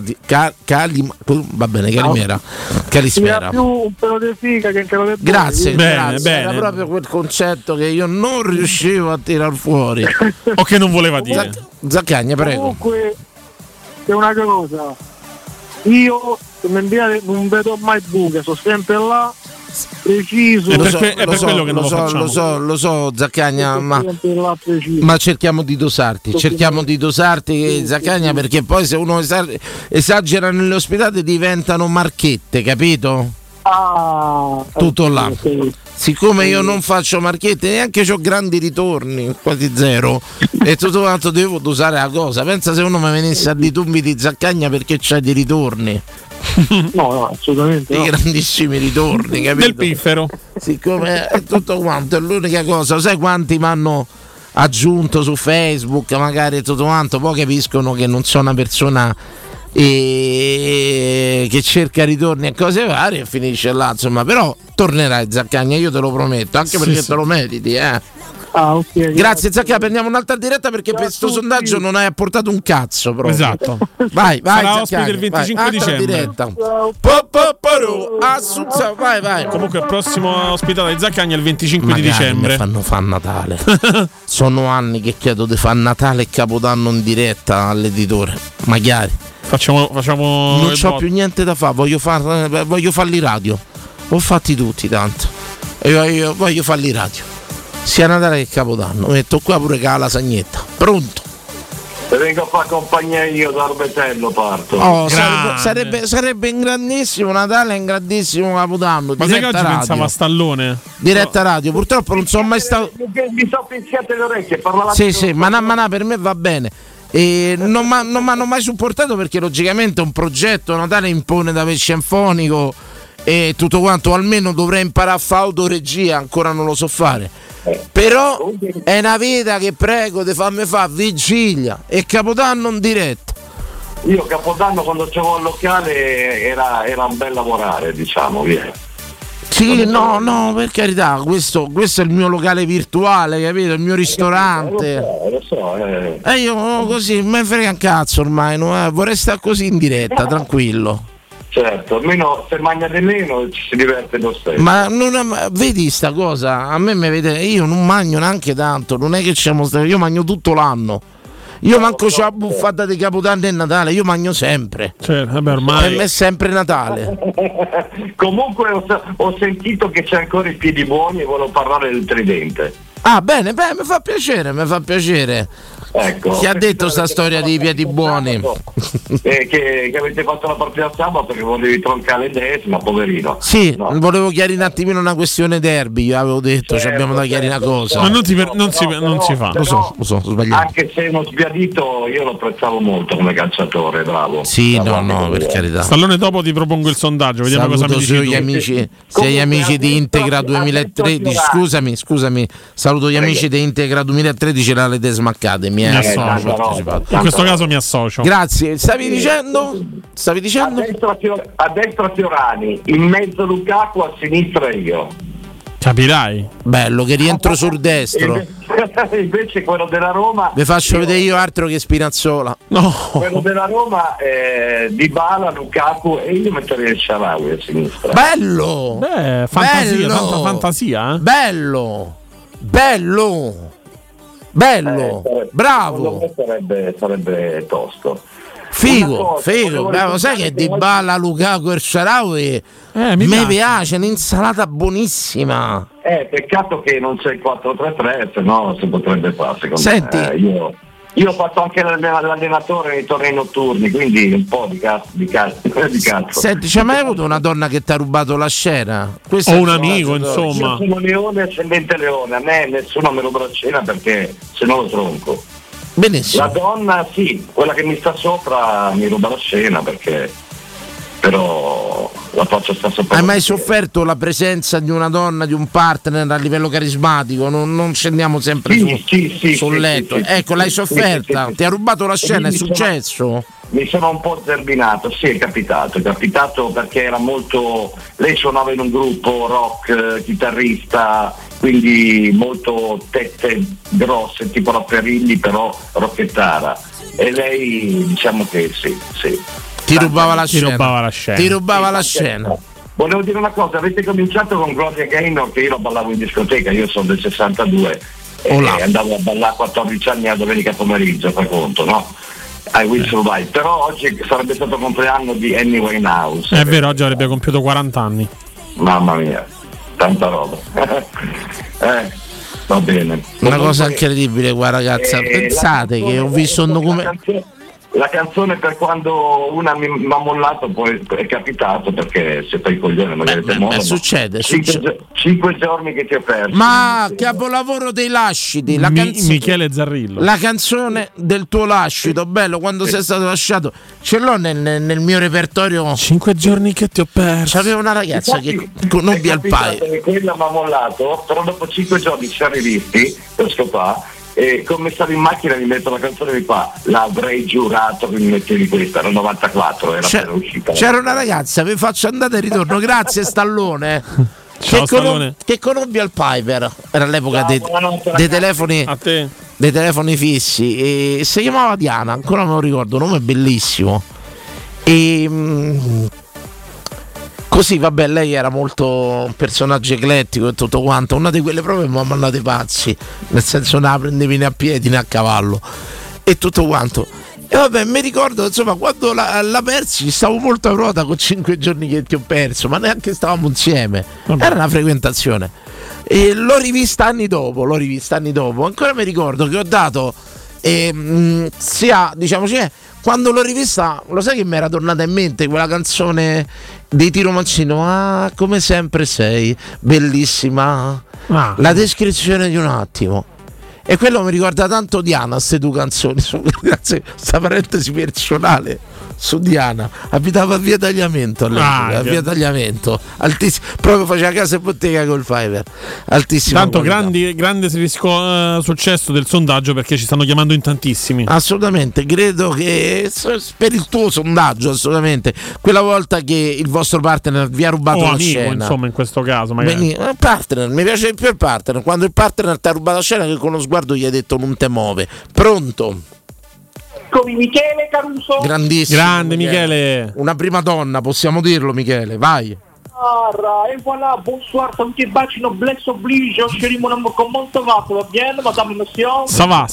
Calismera. Più un pelo di figa che un pelo di grazie. Bene. Era proprio quel concetto che io non riuscivo a tirar fuori o che non voleva dire. Zaccagna, prego. Comunque c'è una cosa, io non vedo mai buche, sono sempre là, preciso. È per quello che non lo facciamo. Lo so Zaccagna, ma cerchiamo di dosarti, Zaccagna, perché poi se uno esagera nelle ospitate diventano marchette, capito? Tutto là. Okay. Siccome io non faccio marchette, neanche ho grandi ritorni, quasi zero, e tutto quanto devo dosare la cosa. Pensa se uno mi venisse a ditumbi di Zaccagna perché c'hai dei ritorni. No, assolutamente. Dei grandissimi ritorni, capito? Del piffero. Siccome è tutto quanto, è l'unica cosa. Sai quanti mi hanno aggiunto su Facebook, magari tutto quanto, poi capiscono che non sono una persona che cerca ritorni e cose varie e finisce là, insomma. Però tornerai Zaccagna, io te lo prometto, anche perché te lo meriti, okay, grazie Zaccagna, prendiamo un'altra diretta perché per questo sondaggio non hai apportato un cazzo proprio. Esatto. Vai sarà ospite il 25 dicembre diretta. Vai. Comunque il prossimo ospitato di Zaccagna è il 25 magari di dicembre. Fanno Natale. Sono anni che chiedo di fare Natale e Capodanno in diretta all'editore, magari facciamo non c'ho più niente da fare, voglio farli radio. Ho fatti tutti tanto. E io voglio farli radio. Sia Natale che Capodanno. Metto qua pure che ha la lasagnetta. Pronto? Se vengo a fare compagnia io da Orbetello parto. Sarebbe un grandissimo Natale e un grandissimo Capodanno. Ma sai che oggi radio. Pensavo a Stallone? Diretta radio. Purtroppo non sono mai stato. Mi sono pizziate le orecchie, parlava. Sì, ma per me va bene. E non mi hanno mai supportato perché logicamente un progetto Natale impone da sinfonico e tutto quanto, almeno dovrei imparare a fare autoregia, ancora non lo so fare. Però è una vita che prego di farmi fare vigilia e Capodanno in diretta. Io Capodanno quando c'avevo il locale era un bel lavorare, diciamo, via. Sì, no, per carità, questo è il mio locale virtuale, capito? Il mio ristorante. Lo so. E io così, me frega un cazzo ormai, vorrei stare così in diretta, tranquillo. Certo, almeno se mangiate meno ci si diverte lo stesso. Ma vedi sta cosa? A me mi vede, io non mangio neanche tanto, non è che io mangio tutto l'anno. Io manco c'ho la buffata di Capodanno e Natale, io mangio sempre. Cioè, vabbè, ormai per me è sempre Natale. Comunque ho sentito che c'è ancora i piedi buoni e volevo parlare del tridente. Ah, bene, beh, mi fa piacere. Ecco, chi ha detto sta storia dei piedi buoni? Che avete fatto la partita sabato perché volevi troncare l'ennesima, poverino. Sì, no. Volevo chiarire un attimino una questione derby, io avevo detto, abbiamo da chiarire una cosa. Ma non si fa. Lo so, sbagliato. Anche se uno sbiadito, io lo apprezzavo molto come calciatore, bravo. Sì, no, per carità. Stallone, dopo ti propongo il sondaggio, vediamo cosa mi dici tu. Gli amici di Integra 2013, scusami, saluto gli amici di Integra 2013 la Ledes Academy. In questo caso mi associo. Grazie. Stavi dicendo? A destra Fiorani, in mezzo Lukaku, a sinistra io. Capirai. Bello, che rientro sul destro. Invece quello della Roma. Vi faccio vedere io altro che Spinazzola. No. Quello della Roma Dybala, Lukaku e io metterei il Shaarawy a sinistra. Bello. Beh, fantasia, tanta fantasia. Bello. Bravo. Sarebbe tosto. Figo. Bravo, sai che Dybala, Lukaku e Shaarawy mi piace, un'insalata buonissima. Peccato che non c'è il 4-3-3, se no si potrebbe fare, secondo Senti, me. Io ho fatto anche l'allenatore nei tornei notturni, quindi un po' di cazzo. Senti, c'hai mai avuto una donna che ti ha rubato la scena? O un amico, insomma. Io sono leone, ascendente leone, a me nessuno me lo dà la scena perché se no lo tronco. Benissimo. La donna sì, quella che mi sta sopra mi ruba la scena perché però la faccio sta sopra. Hai mai sofferto la presenza di una donna, di un partner a livello carismatico? Non scendiamo sempre sul letto. Ecco, l'hai sofferta? Ti ha rubato la scena, è successo? Mi sono un po' zerbinato, sì, è capitato perché era molto. Lei suonava in un gruppo rock, chitarrista, quindi molto tette grosse, tipo la Ferilli, però rocchettara. E lei, diciamo che sì. Ti rubava la scena. Volevo dire una cosa, avete cominciato con Gloria Gaynor, che io lo ballavo in discoteca, io sono del 62 e andavo a ballare a 14 anni a domenica pomeriggio, fai conto, no? I Will Survive, però oggi sarebbe stato il compleanno di Amy Winehouse. È vero, oggi avrebbe compiuto 40 anni. Mamma mia, tanta roba. Va bene. Una cosa incredibile qua, ragazza. Pensate che ho visto un documento. La canzone per quando una mi ha mollato poi è capitato perché se fai il coglione magari ti molla. Succede. 5 giorni che ti ho perso. Ma capolavoro dei lasciti, Michele Zarrillo. La canzone del tuo lascito, bello, quando sei stato lasciato. Ce l'ho nel mio repertorio. 5 giorni che ti ho perso. C'aveva una ragazza che conobbi al paio. Quella mi ha mollato, però dopo 5 giorni ci siamo rivisti per scopare. E come stavo in macchina mi metto la canzone di qua, l'avrei giurato che mi mettevi questa, era 94, era appena uscita. C'era una ragazza, vi faccio andata e ritorno, grazie Stallone. Ciao, Stallone. Che conobbi al Piper, era all'epoca dei telefoni, dei telefoni fissi, e si chiamava Diana, ancora me lo ricordo, nome bellissimo. E così, vabbè, lei era molto un personaggio eclettico e tutto quanto, una di quelle proprio mi ha mandato i pazzi, nel senso non la prendevi né a piedi né a cavallo e tutto quanto. E vabbè, mi ricordo, insomma, quando la persi stavo molto a ruota con 5 giorni che ti ho perso, ma neanche stavamo insieme, era una frequentazione. E l'ho rivista anni dopo, ancora mi ricordo che ho dato sia, diciamoci, quando l'ho rivista, lo sai che mi era tornata in mente quella canzone dei Tiro Mancino, come sempre sei bellissima, la descrizione di un attimo, e quello mi ricorda tanto Diana, queste due canzoni. Grazie, questa parentesi personale su Diana, abitava a Via Tagliamento all'epoca, Via Tagliamento, altissimo, proprio faceva casa e bottega col Fiverr, altissimo. Tanto grande successo del sondaggio, perché ci stanno chiamando in tantissimi. Assolutamente, credo che per il tuo sondaggio, assolutamente, quella volta che il vostro partner vi ha rubato la amico, scena, insomma, in questo caso magari. Partner, mi piace di più il partner, quando il partner ti ha rubato la scena, che con lo sguardo gli hai detto non te muove. Pronto? Come Michele Caruso. Grandissimo. Grande Michele. Una prima donna, possiamo dirlo, Michele, vai. Et voilà, bonsoir, tanti baci, noblesse oblige, chérie, mon amour, comment ça va? Ça va bien, madame, monsieur? Ça va.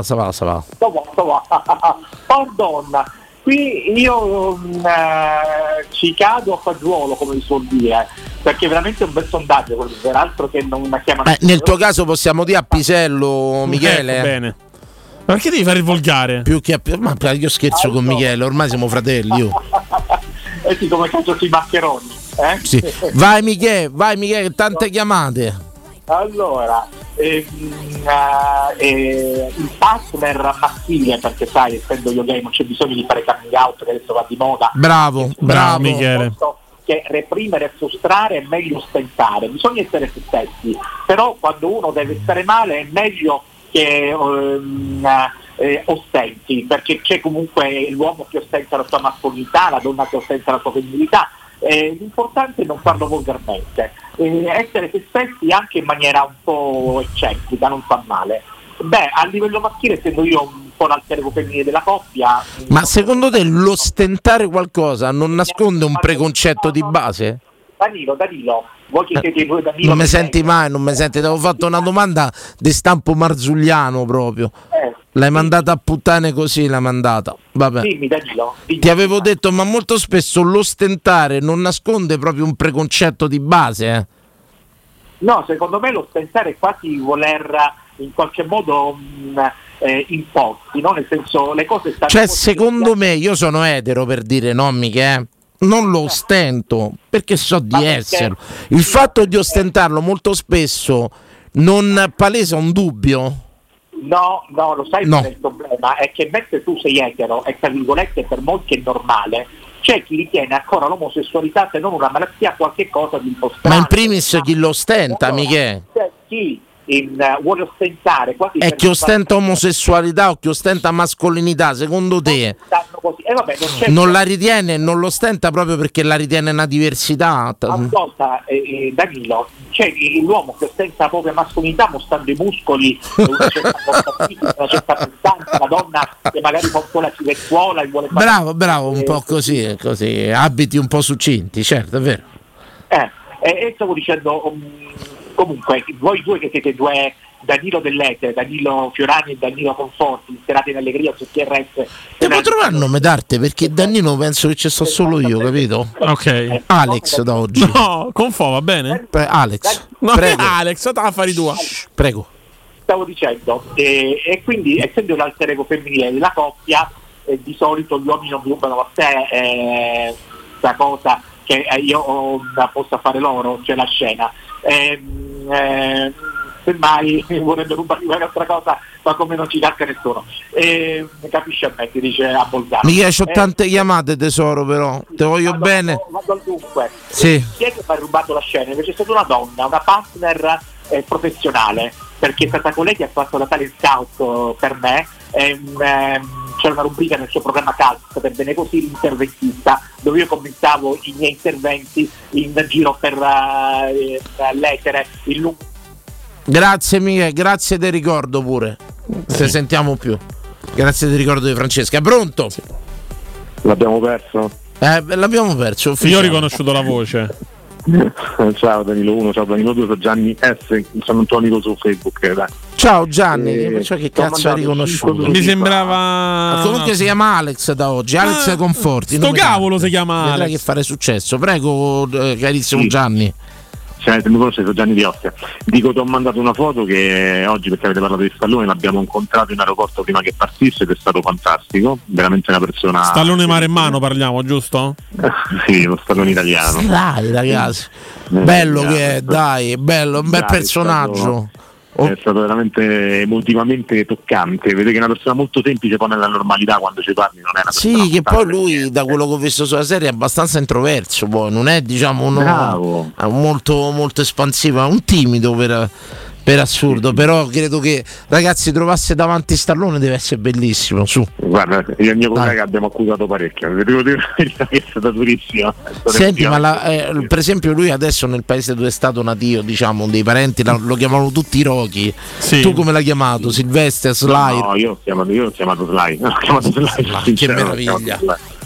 Pardon, qui io ci cado a fagiolo, come si suol dire, perché è veramente un bel sondaggio, peraltro che non chiamano. Nel tuo caso possiamo dire a Pisello, Michele. Bene. Perché devi fare il volgare? Più che ma io scherzo con Michele, ormai siamo fratelli. Io. E sì, come cazzo sui maccheroni, Sì. Vai Michele, tante chiamate. Allora, il partner maschile, perché sai, essendo io gay non c'è bisogno di fare coming out, che adesso va di moda. Bravo Michele. Che reprimere e frustrare è meglio ostentare, bisogna essere se stessi, però quando uno deve stare male è meglio che ostenti, perché c'è comunque l'uomo che ostenta la sua mascolinità, la donna che ostenta la sua femminilità. L'importante è non farlo volgarmente, essere se stessi anche in maniera un po' eccentrica, non fa male. Beh, a livello maschile, essendo io un po' l'alter ego femminile della coppia. Ma secondo te l'ostentare qualcosa non nasconde un preconcetto di base? Danilo, voi che siete due Danilo. Non mi senti mai, ti avevo fatto una domanda di stampo marzulliano proprio. L'hai mandata a puttane così, l'hai mandata. Vabbè. Dimmi, Danilo. Ti avevo detto, ma molto spesso l'ostentare non nasconde proprio un preconcetto di base, No, secondo me l'ostentare è quasi voler in qualche modo imporsi, no? Nel senso, le cose stanno. Cioè, secondo me, io sono etero, per dire, no, Michele? Non lo ostento perché so di esserlo. Il fatto di ostentarlo molto spesso non palesa un dubbio. No, lo sai qual è il problema? È che mentre tu sei etero e tra virgolette per molti è normale, c'è chi ritiene ancora l'omosessualità se non una malattia, qualche cosa di impostato. Ma in primis chi lo ostenta, Michele? Chi vuole ostentare quasi è chi ostenta omosessualità o chi ostenta mascolinità, secondo te vabbè, non la ritiene, non lo ostenta proprio perché la ritiene una diversità? Ascolta, Danilo, c'è l'uomo che ostenta la propria mascolinità mostrando i muscoli, una certa prestanza, la donna che magari fa un po' la civettuola e vuole fare bravo, un po' così, abiti un po' succinti, certo, è vero. E stavo dicendo, comunque, voi due che siete due Danilo dell'Etere, Danilo Fiorani e Danilo Conforti, serate in allegria su TRS. Devo trovare il nome d'arte perché Danilo penso che ci sto solo io, capito? Ok. Alex da oggi. No, Confo va bene? Alex. No, prego. Alex, affari tua. Prego. Stavo dicendo, e quindi essendo l'alter ego femminile della coppia, di solito gli uomini non rubano a te questa cosa che io possa fare loro, cioè la scena. Semmai vorrebbe rubarmi un'altra cosa, ma come non ci casca nessuno, capisci a me, ti dice a Bolzano. Mica c'ho tante chiamate, tesoro, però te voglio bene. Vado al dunque. Sì. Chi è che mi ha rubato la scena? Invece è stata una donna, una partner professionale, perché è stata colei che ha fatto la talent scout per me. C'è una rubrica nel suo programma Calcio, per bene così, l'interventista, dove io commentavo i miei interventi in giro per l'etere, il lungo. Grazie Michele, grazie del ricordo pure. Se sentiamo più. Grazie del ricordo di Francesca. Pronto? Sì. L'abbiamo perso? L'abbiamo perso. Io ho riconosciuto la voce. Ciao Danilo 1, ciao Danilo 2, sono Gianni S, sono un tuo amico su Facebook. Dai. Ciao Gianni, che cazzo hai riconosciuto? Mi sembrava. Comunque si chiama Alex da oggi, Alex Conforti. Sto cavolo si chiama Alex. Vedrai che fare successo. Prego, carissimo Gianni. Cioè, mi conoscete, Gianni di Ostia. Dico, ti ho mandato una foto che oggi, perché avete parlato di Stallone, l'abbiamo incontrato in aeroporto prima che partisse ed è stato fantastico, veramente una persona. Stallone mare in mano parliamo, giusto? Sì, lo Stallone italiano. Dai ragazzi, bello che è, dai, bello, un bel personaggio. È stato veramente emotivamente toccante. Vede che è una persona molto semplice, poi nella normalità quando ci parli non è una persona. Sì, che poi lui, da quello che ho visto sulla serie, è abbastanza introverso, poi non è, diciamo, uno molto, molto espansivo, è un timido per assurdo, però credo che, ragazzi, trovasse davanti Stallone deve essere bellissimo. Su. Guarda, io e il mio collega abbiamo accusato parecchio, devo dire che è stata durissima. Senti, ma per esempio lui adesso nel paese dove è stato nativo, diciamo, dei parenti lo chiamavano tutti Rocky. Sì. Tu come l'hai chiamato? Silvestre, Sly? No, io ho chiamato Sly. Ho chiamato Sly, che meraviglia.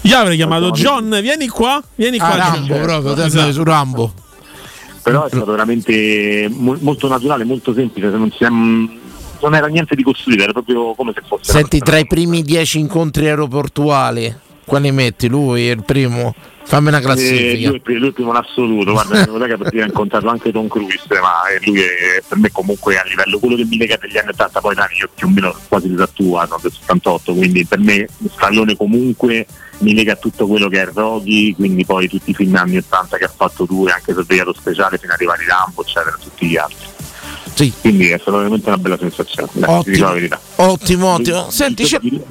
Io avrei chiamato John, vieni qua. Rambo, proprio, te sei su Rambo. Però è stato veramente molto naturale, molto semplice, non era niente di costruito, era proprio come se fosse. Senti, tra i primi 10 incontri aeroportuali, quali metti? Lui è il primo? Fammi una classifica. Lui è il primo in assoluto, guarda, mio collega per dire ha incontrato anche Tom Cruise, ma lui è per me comunque a livello quello che mi lega degli anni 80, poi Dani io più o meno quasi disattuato del 78, quindi per me Stallone comunque mi lega a tutto quello che è Rocky, quindi poi tutti i film anni 80 che ha fatto lui, anche Sorvegliato Speciale fino ad arrivare a Rambo, eccetera, tutti gli altri. Sì. Quindi è stata veramente una bella sensazione. Ottimo. Senti,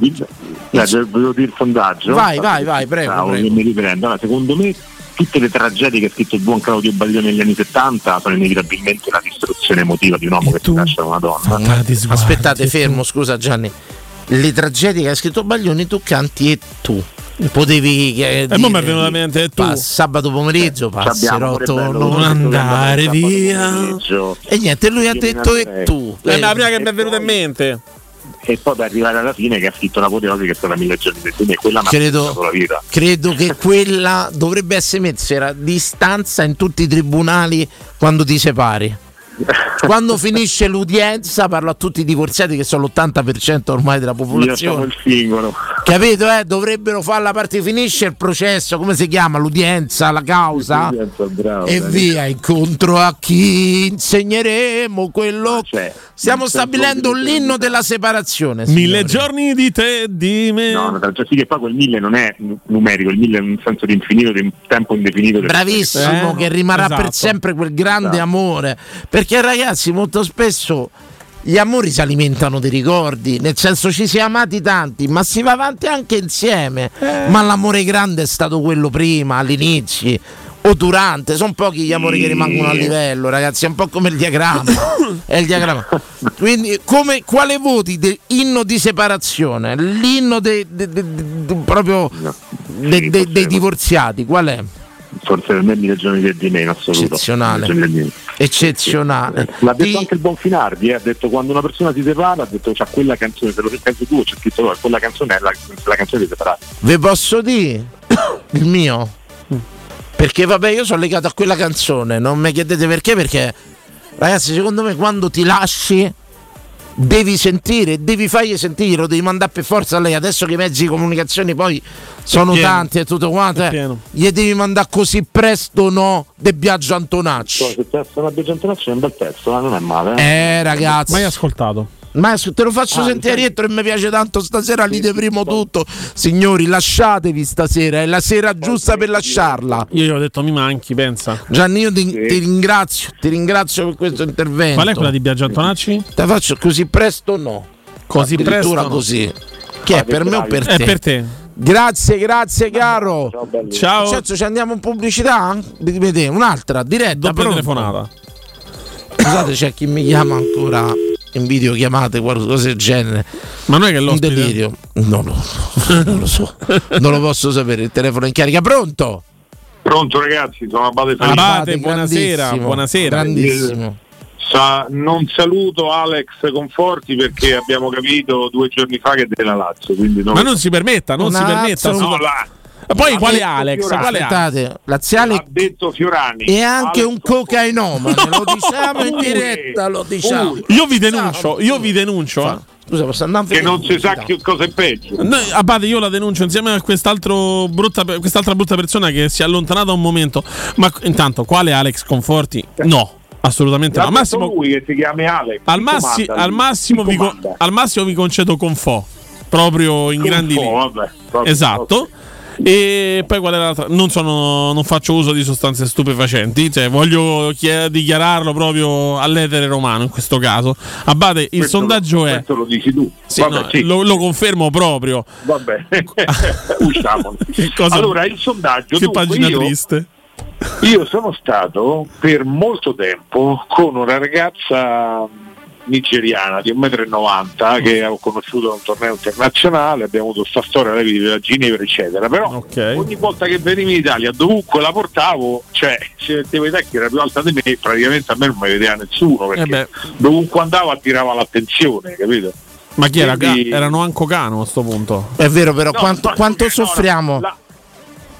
devo dire il sondaggio. Vai, prego. Che mi riprendo. Allora, secondo me tutte le tragedie che ha scritto il buon Claudio Baglioni negli anni 70 sono inevitabilmente la distruzione emotiva di un uomo che si lascia da una donna. Aspettate, fermo, scusa Gianni. Le tragedie che ha scritto Baglioni tu canti e tu. Potevi e mo' mi è venuto in mente tu sabato pomeriggio passerotto non andare via e niente, lui ha detto e tu è la prima che mi è venuta in mente, e poi per arrivare alla fine che ha scritto l'apoteosi che è stata 1000 giorni di quella la vita. Credo che quella dovrebbe essere messa a distanza in tutti i tribunali quando ti separi. Quando finisce l'udienza, parlo a tutti i divorziati che sono l'80% ormai della popolazione. Capito? Dovrebbero fare la parte, finisce il processo, come si chiama? L'udienza, la causa. Bravo, e via, incontro a chi insegneremo quello. Stiamo stabilendo l'inno della separazione. 1000 giorni di te, di me. No, sì, che poi quel 1000 non è numerico, il 1000 è un senso di infinito, di un tempo indefinito. Bravissimo, che rimarrà per sempre quel grande amore. Perché ragazzi, molto spesso gli amori si alimentano di ricordi, nel senso ci si è amati tanti, ma si va avanti anche insieme. Ma l'amore grande è stato quello prima, all'inizio o durante. Sono pochi gli amori che rimangono a livello, ragazzi, è un po' come il diagramma. È il diagramma. Quindi quale voti inno di separazione? L'inno dei divorziati, qual è? Forse per me 1000 giorni di me in assoluto. Eccezionale. L'ha detto anche il Bonfinardi, ha detto quando una persona si separa, ha detto c'ha quella canzone, se lo pensi tu c'è scritto quella canzone è la canzone di separati. Ve posso dire il mio? Perché vabbè, io sono legato a quella canzone, non mi chiedete perché ragazzi, secondo me quando ti lasci devi sentire, devi fargli sentire, lo devi mandare per forza a lei. Adesso che i mezzi di comunicazione poi sono tanti e tutto quanto, gli devi mandare così presto, no? De Biagio Antonacci. Se la Biagio Antonacci è un bel pezzo, non è male. Ragazzi, mai ascoltato. Ma te lo faccio sentire dietro e mi piace tanto stasera, lì deprimo tutto. Signori, lasciatevi stasera, è la sera giusta per lasciarla. Io gli ho detto mi manchi, pensa. Gianni, io ti ringrazio per questo intervento. Qual è quella di Biagio Antonacci? Te faccio così presto, no. Così presto no. Così. Che è per me o per te? È per te. Grazie caro. Ciao. Ci andiamo in pubblicità? Vedete, un'altra diretta. Doppia telefonata. Scusate, c'è chi mi chiama ancora in videochiamate, qualcosa del genere. Ma non è che un delirio. Non lo so. Non lo posso sapere, il telefono è in carica. Pronto, ragazzi, sono Abate Felice. Abate, buonasera. Grandissimo. Non saluto Alex Conforti perché abbiamo capito 2 giorni fa che è della Lazio, quindi ma non si permetta. No, poi quale Alex? Aspettate, laziale ha detto Fiorani. E anche un cocainomane, lo diciamo in diretta, lo diciamo. Io vi denuncio. Scusa, posso andare che non si sa cosa è peggio. Abate, io la denuncio insieme a quest'altra brutta persona che si è allontanata un momento. Ma intanto, quale Alex Conforti? No. Assolutamente no. Al massimo, lui che si chiami Alex. Al massimo vi concedo Confò. Proprio in grandi linee. Esatto. E poi qual è l'altra? Non faccio uso di sostanze stupefacenti, cioè voglio dichiararlo proprio all'etere romano in questo caso. Abate, il sondaggio è. Questo lo dici tu. Sì, vabbè, sì. Lo confermo proprio. Vabbè. Usciamo. Allora, il sondaggio. Che pagina triste. Io sono stato per molto tempo con una ragazza nigeriana di 1,90 m che ho conosciuto a un torneo internazionale, abbiamo avuto questa storia, lei viveva a Ginevra eccetera, però ogni volta che venivo in Italia dovunque la portavo, cioè se mettevo i tacchi era più alta di me, praticamente a me non mi vedeva nessuno perché dovunque andavo attirava l'attenzione, capito? Ma chi era? Erano Anco Cano a sto punto. È vero, però quanto soffriamo?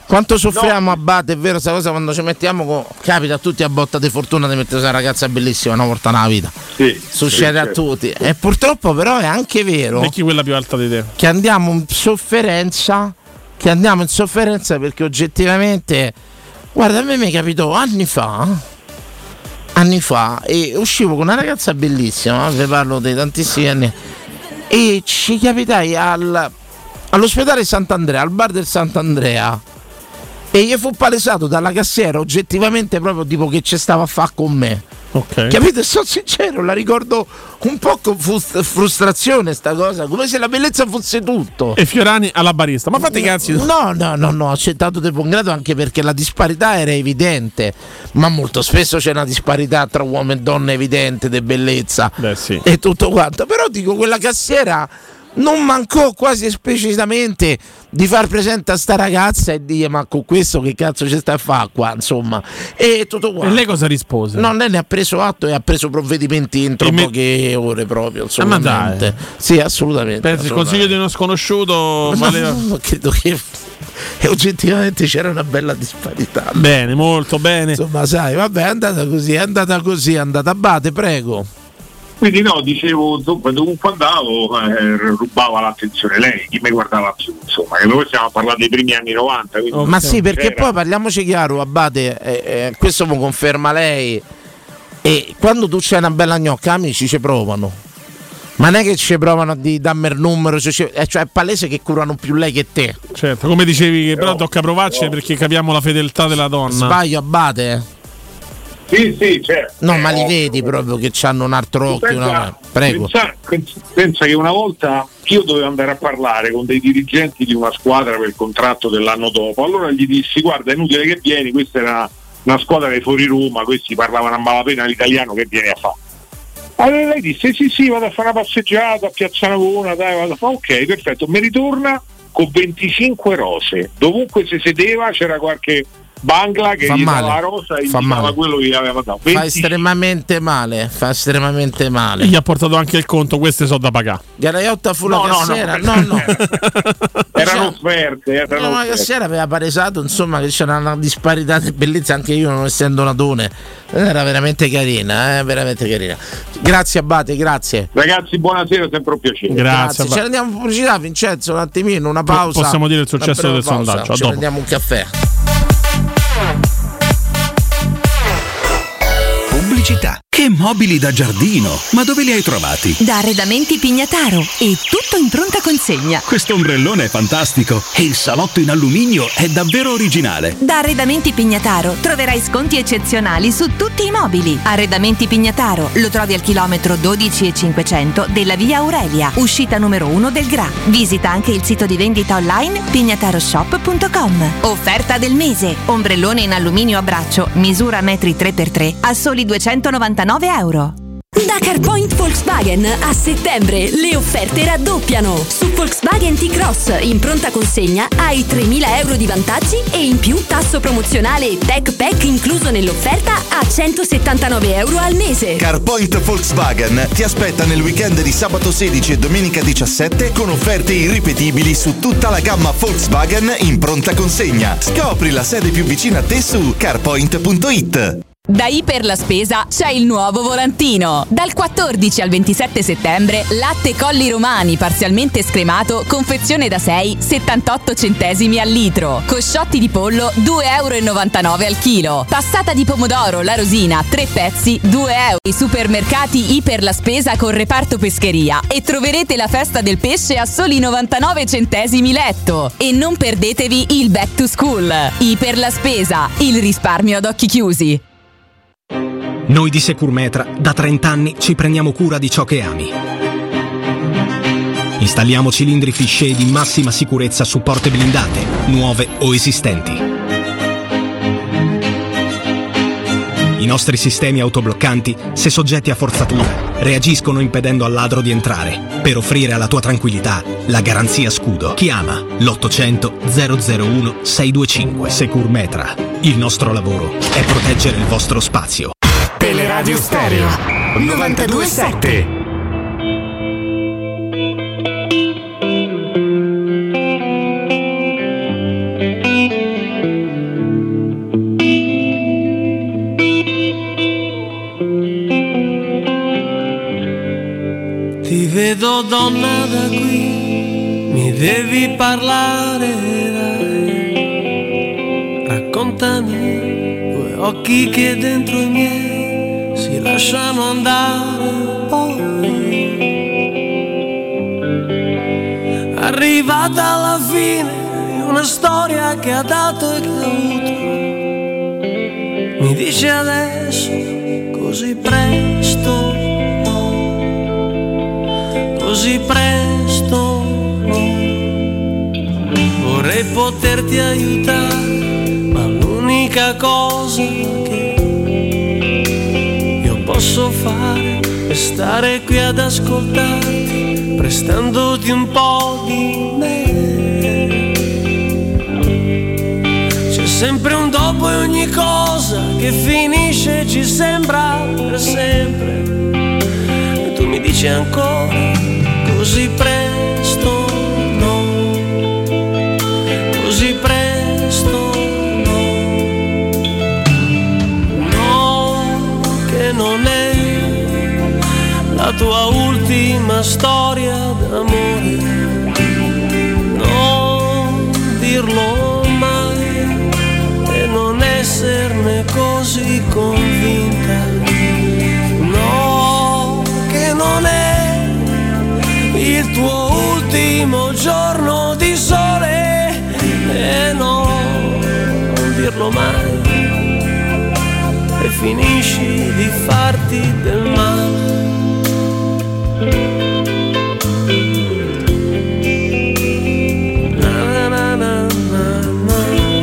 Quanto soffriamo Abate, è vero questa cosa, quando ci mettiamo capita a tutti a botta di fortuna di mettere una ragazza bellissima una volta nella vita. Sì, succede a tutti. E purtroppo però è anche vero. E chi quella più alta di te? Che andiamo in sofferenza. Perché oggettivamente, guarda, a me mi capitò anni fa e uscivo con una ragazza bellissima, vi parlo di tantissimi anni, e ci capitai all'ospedale Sant'Andrea, al bar del Sant'Andrea, e gli fu palesato dalla cassiera oggettivamente proprio tipo che ci stava a fare con me. Okay. Capite? Sono sincero, la ricordo un po' con frustrazione sta cosa, come se la bellezza fosse tutto. E Fiorani alla barista, ma fate cazzi. No, ho accettato di buon grado, anche perché la disparità era evidente, ma molto spesso c'è una disparità tra uomo e donna evidente di bellezza. Beh, sì. E tutto quanto. Però dico, quella cassiera non mancò quasi esplicitamente di far presente a sta ragazza e dire: ma con questo che cazzo ci sta a fare qua, insomma, e tutto qua. E lei cosa rispose? No, lei ne ha preso atto e ha preso provvedimenti entro poche ore proprio, assolutamente. Ma dai. Sì, assolutamente. Pensi il consiglio di uno sconosciuto valeva? No, credo che oggettivamente c'era una bella disparità. Bene, molto bene. Insomma, sai, vabbè, è andata così, Abate, prego. Quindi no, dicevo, dovunque andavo rubava l'attenzione lei, chi mi guardava più, insomma, che noi stiamo a parlare dei primi anni 90. Ma sì, perché poi parliamoci chiaro, Abate, questo lo conferma lei, e quando tu c'hai una bella gnocca, amici ci provano. Ma non è che ci provano a dammi il numero, cioè è palese che curano più lei che te. Certo, come dicevi, che però tocca provarci perché capiamo la fedeltà della donna. Sbaglio, Abate? Sì, certo. No, ma li vedi proprio che hanno un altro occhio. Prego. Pensa che una volta io dovevo andare a parlare con dei dirigenti di una squadra per il contratto dell'anno dopo. Allora gli dissi: guarda, è inutile che vieni, questa era una squadra dei fuori Roma, questi parlavano a malapena l'italiano, che vieni a fare? Allora lei disse: sì, vado a fare una passeggiata a Piazza Navona, dai, vado a fare. Ok, perfetto, mi ritorna con 25 rose. Dovunque si sedeva c'era qualche Bangla che gli dava la rosa e gli dava quello che gli aveva dato. Fa estremamente male. Gli ha portato anche il conto, queste sono da pagare. Garaiotta fu la cassiera? No. Erano offerte. La cassiera aveva palesato, insomma, che c'era una disparità di bellezza, anche io non essendo natone. Era veramente carina, veramente carina. Grazie Abate, grazie. Ragazzi, buonasera, sempre un piacere. Grazie. Ce ne andiamo in pubblicità, Vincenzo, un attimino, una pausa. Possiamo dire il successo del sondaggio. Ci prendiamo un caffè. Pubblicità. Che mobili da giardino! Ma dove li hai trovati? Da Arredamenti Pignataro, e tutto in pronta consegna. Questo ombrellone è fantastico e il salotto in alluminio è davvero originale. Da Arredamenti Pignataro troverai sconti eccezionali su tutti i mobili. Arredamenti Pignataro lo trovi al chilometro 12,500 della via Aurelia, uscita numero 1 del GRA. Visita anche il sito di vendita online pignataroshop.com. Offerta del mese: ombrellone in alluminio a braccio, misura metri 3x3 a soli €299. Da CarPoint Volkswagen a settembre le offerte raddoppiano. Su Volkswagen T-Cross in pronta consegna hai €3.000 di vantaggi e in più tasso promozionale Tech Pack incluso nell'offerta a €179 al mese. CarPoint Volkswagen ti aspetta nel weekend di sabato 16 e domenica 17 con offerte irripetibili su tutta la gamma Volkswagen in pronta consegna. Scopri la sede più vicina a te su carpoint.it. Da Iper La Spesa c'è il nuovo volantino. Dal 14 al 27 settembre, latte Colli Romani parzialmente scremato, confezione da 6, 78 centesimi al litro. Cosciotti di pollo, €2,99 al chilo. Passata di pomodoro La Rosina, 3 pezzi, €2. I supermercati Iper La Spesa con reparto pescheria. E troverete la festa del pesce a soli 99 centesimi letto. E non perdetevi il Back to School. Iper La Spesa, il risparmio ad occhi chiusi. Noi di Securmetra da 30 anni ci prendiamo cura di ciò che ami. Installiamo cilindri Fish di massima sicurezza su porte blindate, nuove o esistenti. I nostri sistemi autobloccanti, se soggetti a forzatura, reagiscono impedendo al ladro di entrare, per offrire alla tua tranquillità la garanzia scudo. Chiama l'800 001 625. Securmetra. Il nostro lavoro è proteggere il vostro spazio. Teleradio Stereo 92.7. Solo donna da qui mi devi parlare, dai. Raccontami due occhi che dentro i miei si lasciano andare poi. Arrivata alla fine di una storia che ha dato e che ha avuto, mi dice adesso così presto, così presto no. Vorrei poterti aiutare, ma l'unica cosa che io posso fare è stare qui ad ascoltarti, prestandoti un po' di me. C'è sempre un dopo e ogni cosa che finisce ci sembra per sempre, e tu mi dici ancora così presto no, così presto no, no, che non è la tua ultima storia d'amore, non dirlo mai e non esserne così convinta, no, che non è il tuo ultimo giorno di sole, e no, non dirlo mai e finisci di farti del male. Na, na, na, na, na.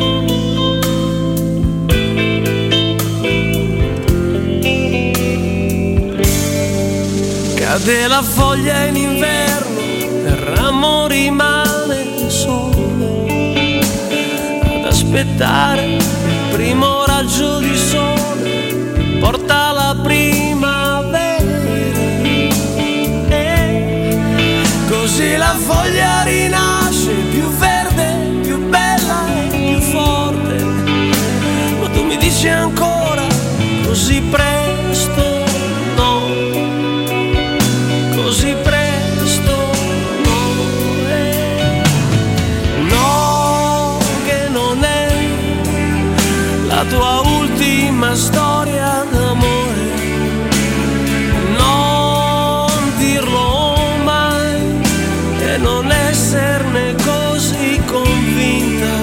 Cade la foglia in inverno, il ramo rimane solo ad aspettare il primo raggio di sole, porta la primavera, e così la foglia rinasce più verde, più bella e più forte, ma tu mi dici ancora così presto no, così presto no, no, che non è la tua ultima storia d'amore, non dirlo mai e non esserne così convinta,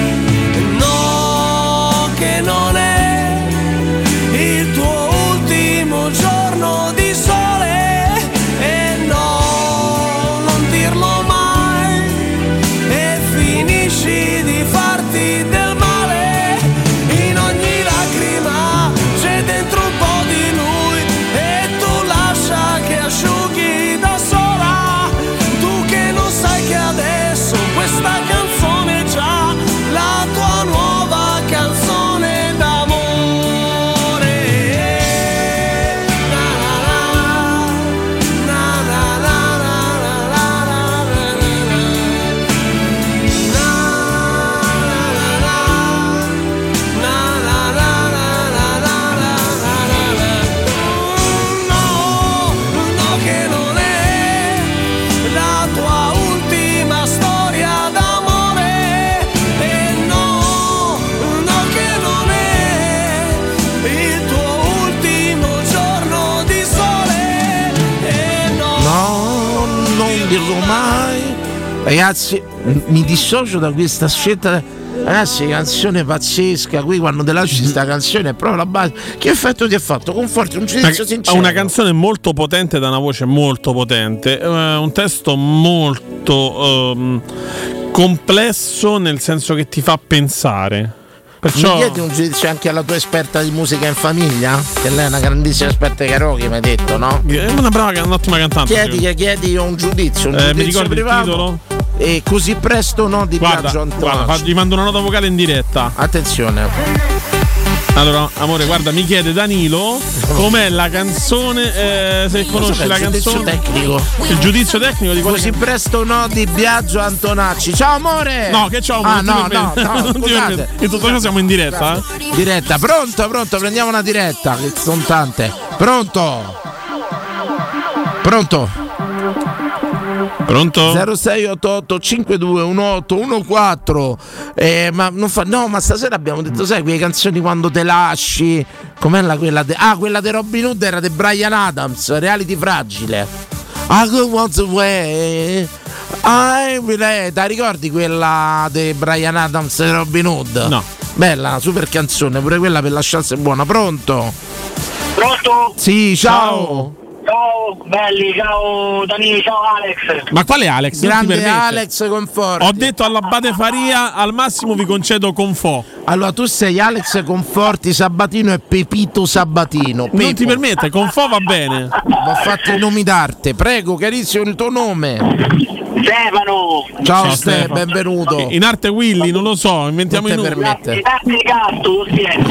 no, che non è il tuo ultimo giorno di sole, e no, non dirlo mai e finisci di farti del male. In ogni lacrima c'è dentro un po' di lui, e tu lascia che asciughi da sola, tu che non sai che adesso questa canzone è già la tua nuova canzone d'amore. No, che non è la tua ultima storia d'amore, e no, che non è il tuo ultimo giorno di sole, e no. No, non dirlo mai. Ragazzi, mi dissocio da questa scelta. Ragazzi, canzone pazzesca. Qui quando te lasci questa canzone è proprio la base. Che effetto ti ha fatto? Conforti, un giudizio sincero. Ha una canzone molto potente, da una voce molto potente, un testo molto complesso, nel senso che ti fa pensare. Perciò... Mi chiedi un giudizio anche alla tua esperta di musica in famiglia? Che lei è una grandissima esperta di karaoke, mi hai detto, no? È una brava, un'ottima cantante. Chiedi io un giudizio mi ricordi privato. Il titolo? E così presto no di Biagio Antonacci. Guarda, gli mando una nota vocale in diretta. Attenzione. Allora, amore, guarda, mi chiede Danilo com'è la canzone, se conosci la canzone. Tecnico. Il giudizio tecnico di Così presto no di Biagio Antonacci. Ciao amore! No, che ciao amore? No, scusate. In tutto ciò siamo in diretta, Diretta, pronto, prendiamo una diretta, che sono tante. Pronto? Pronto? 0688 521814. Ma non fa, no, ma stasera abbiamo detto, sai, quelle canzoni quando te lasci. Com'è quella di Robin Hood era di Bryan Adams, Reality Fragile. I go once away. Te ricordi quella di Bryan Adams e Robin Hood? No. Bella, una super canzone, pure quella per lasciarsi buona. Pronto? Pronto? Sì, ciao. Ciao belli, ciao Danilo, ciao Alex. Ma quale Alex? Grande Alex Conforti. Ho detto all'Abate Faria, al massimo vi concedo Confò. Allora tu sei Alex Conforti Sabatino e Pepito Sabatino. Non ti permette, Confò va bene. Ho fatto i nomi d'arte. Prego, carissimo, il tuo nome. Stefano. Ciao Ste, benvenuto. In arte Willy, non lo so, inventiamo i nomi. In arte gatto,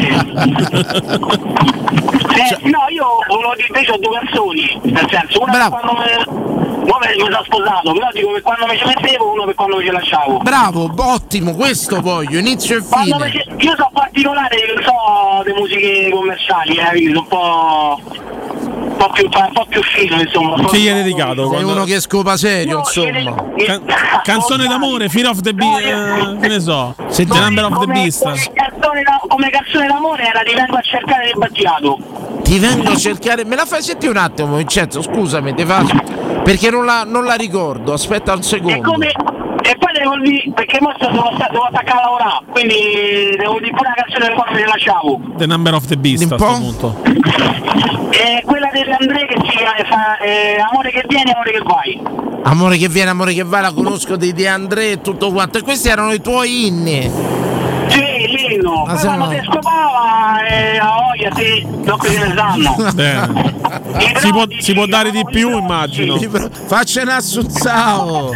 no, io volevo dire, invece ho due canzoni, nel senso, una per quando mi sono sposato, però dico per quando mi ci mettevo, uno per quando mi ci lasciavo. Bravo, ottimo, questo voglio, inizio e fine. Io sono particolare, so le musiche commerciali, sono un po' più fino, insomma. Chi gli è dedicato? Sei uno che scopa serio, insomma. Canzone d'amore, Fear of the Beast, che ne so, The Number of the Beast. Come canzone d'amore era Ti vengo a cercare del Battiato. Ti vengo a cercare, me la fai sentire un attimo, Vincenzo, scusami, ti faccio, perché non la ricordo, aspetta un secondo. E poi devo dire, perché mo devo attaccare a lavorare, quindi devo dire pure una canzone per quando mi lasciavo. The Number of the Beast a questo punto. E quella dell'Andrea che si fa Amore che viene, amore che vai. Amore che viene, amore che vai, la conosco di De André e tutto quanto. E questi erano i tuoi inni. Sì, l'inno. Poi quando si scopava a voglia, sì, non che ne sanno. Si può dare di più, immagino. Faccia un assunzao.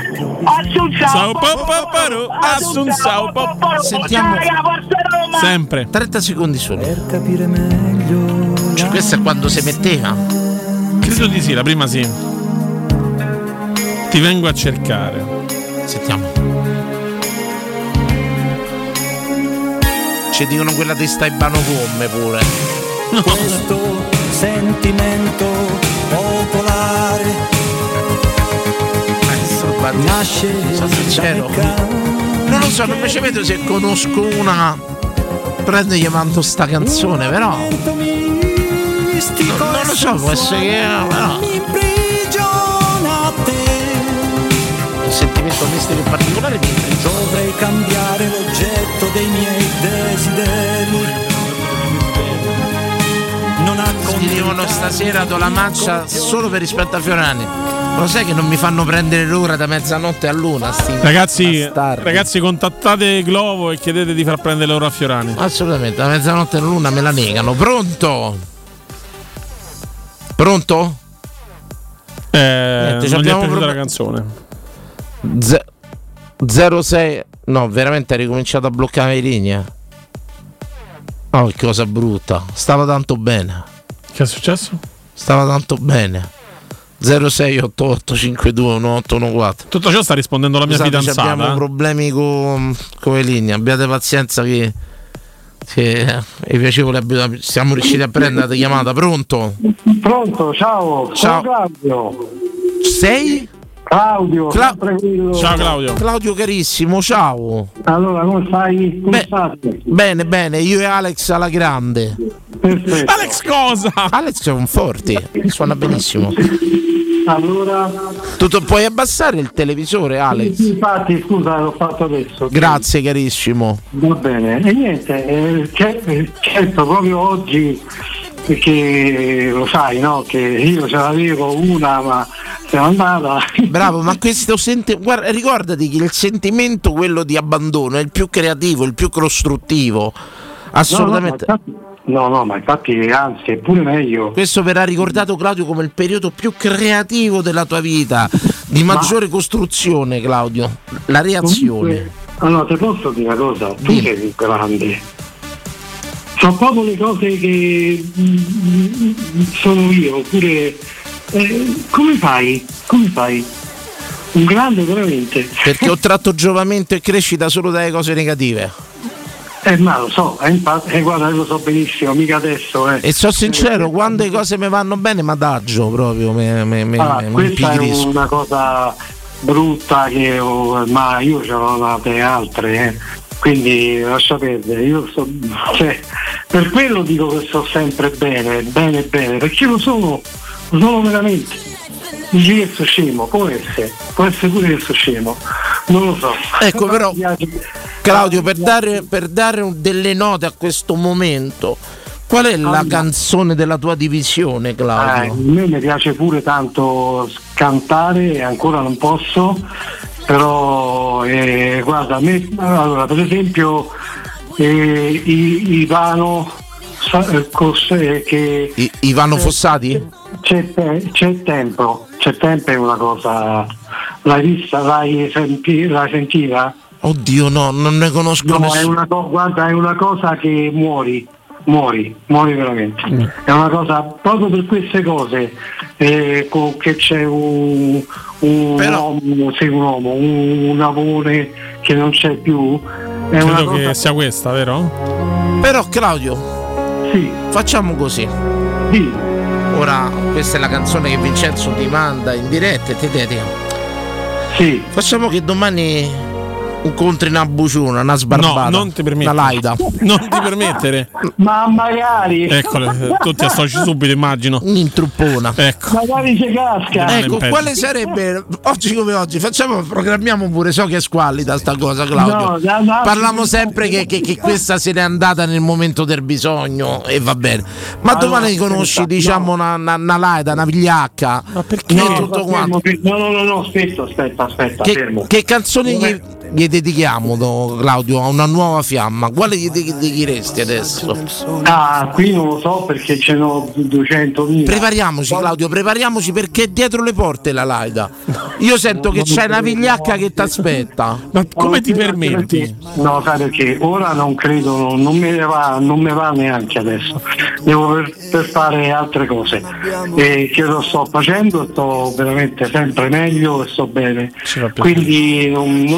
Sentiamo sempre 30 secondi solo. Per capire meglio. Cioè, questo è quando si metteva? Credo di sì, la prima sì. Ti vengo a cercare. Sentiamo. Ci dicono quella di Staibano Gomme pure. Questo sentimento popolare nasce sono sincero, non lo so, non mi ci vedo se conosco una, prendo e gli mando sta canzone, però non lo so, può essere che però un sentimento mistico in particolare mi imprigiona. Dovrei cambiare l'oggetto dei miei desideri. Mi dicono stasera do la mancia solo per rispetto a Fiorani. Lo sai che non mi fanno prendere l'ora da mezzanotte a luna? Ragazzi, contattate Glovo e chiedete di far prendere l'ora a Fiorani. Assolutamente, da mezzanotte a luna me la negano. Pronto? Pronto? Non gli è piaciuta la canzone. 06. No, veramente hai ricominciato a bloccare le linee. Oh, che cosa brutta. Stava tanto bene. Che è successo? Stava tanto bene. 0688 521814. Tutto ciò sta rispondendo la mia fidanzata. Abbiamo problemi con le linee. Abbiate pazienza che è piacevole. Siamo riusciti a prendere la chiamata. Pronto? Pronto, ciao. Ciao Claudio. Sei? Claudio. Ciao Claudio. Claudio carissimo, ciao. Allora, come stai? Come state? Bene, io e Alex alla grande. Perfetto. Alex cosa? Alex è un forte, suona benissimo. Allora, tutto, puoi abbassare il televisore, Alex? Infatti, scusa, l'ho fatto adesso. Grazie carissimo. Va bene. E niente, certo, proprio oggi, perché lo sai, no? Che io ce l'avevo una, ma se n'è andata. Bravo, ma questo guarda, ricordati che il sentimento, quello di abbandono, è il più creativo, il più costruttivo. Assolutamente. No, ma infatti, anzi, è pure meglio. Questo verrà ricordato, Claudio, come il periodo più creativo della tua vita, di maggiore costruzione, Claudio. La reazione. Allora, te posso dire una cosa? Tu sei grande. Sono proprio le cose che sono io, oppure come fai? Un grande veramente. Perché ho tratto giovamento e crescita solo dalle cose negative. Ma lo so, guarda, lo so benissimo, mica adesso. E sono sincero, quando le cose mi vanno bene, mi adagio proprio, mi questa è impigrisco. una cosa brutta ma io ce l'ho date altre, quindi lascia perdere. Io per quello dico che sto sempre bene, perché lo sono veramente. Dici che sto scemo, può essere pure che sto scemo, non lo so. Ecco, però Claudio, per dare delle note a questo momento, qual è la canzone della tua divisione, Claudio? A me mi piace pure tanto cantare e ancora non posso, però guarda, a me, allora, per esempio Ivano Ivano Fossati? C'è tempo è una cosa, l'hai vista, l'hai sentita? Oddio, no, non ne conosco nessuno. Guarda, è una cosa che muori veramente. È una cosa proprio per queste cose, che c'è un uomo, un amore che non c'è più. È credo una cosa che sia questa, vero? Però Claudio, sì, facciamo così. Sì. Ora questa è la canzone che Vincenzo ti manda in diretta e ti dedica. Sì. Facciamo che domani incontri una buciona, una sbarbata. No, non ti permettere. Una laida. Non ti permettere. Ma magari. Eccole, tu ti associ subito, immagino. Un'intruppona. Ecco. Magari ci casca. Ecco, quale sarebbe oggi come oggi? Programmiamo pure, so che è squallida sta cosa, Claudio. No, parliamo sempre che questa se n'è andata nel momento del bisogno e va bene. Ma allora, domani conosci, diciamo, una laida, una vigliacca. Ma perché? Tutto quanto. No, aspetta. Fermo. Che canzoni gli dedichiamo, Claudio, a una nuova fiamma? Quale gli dedicheresti adesso? Qui non lo so perché ce n'ho 200.000. Prepariamoci, Claudio, perché è dietro le porte la Laida. Io sento che c'è una vigliacca che ti aspetta. Ma come ti permetti? No, sai perché? Ora non credo, non me va neanche adesso. Devo per fare altre cose che lo sto facendo, sto veramente sempre meglio e sto bene. Quindi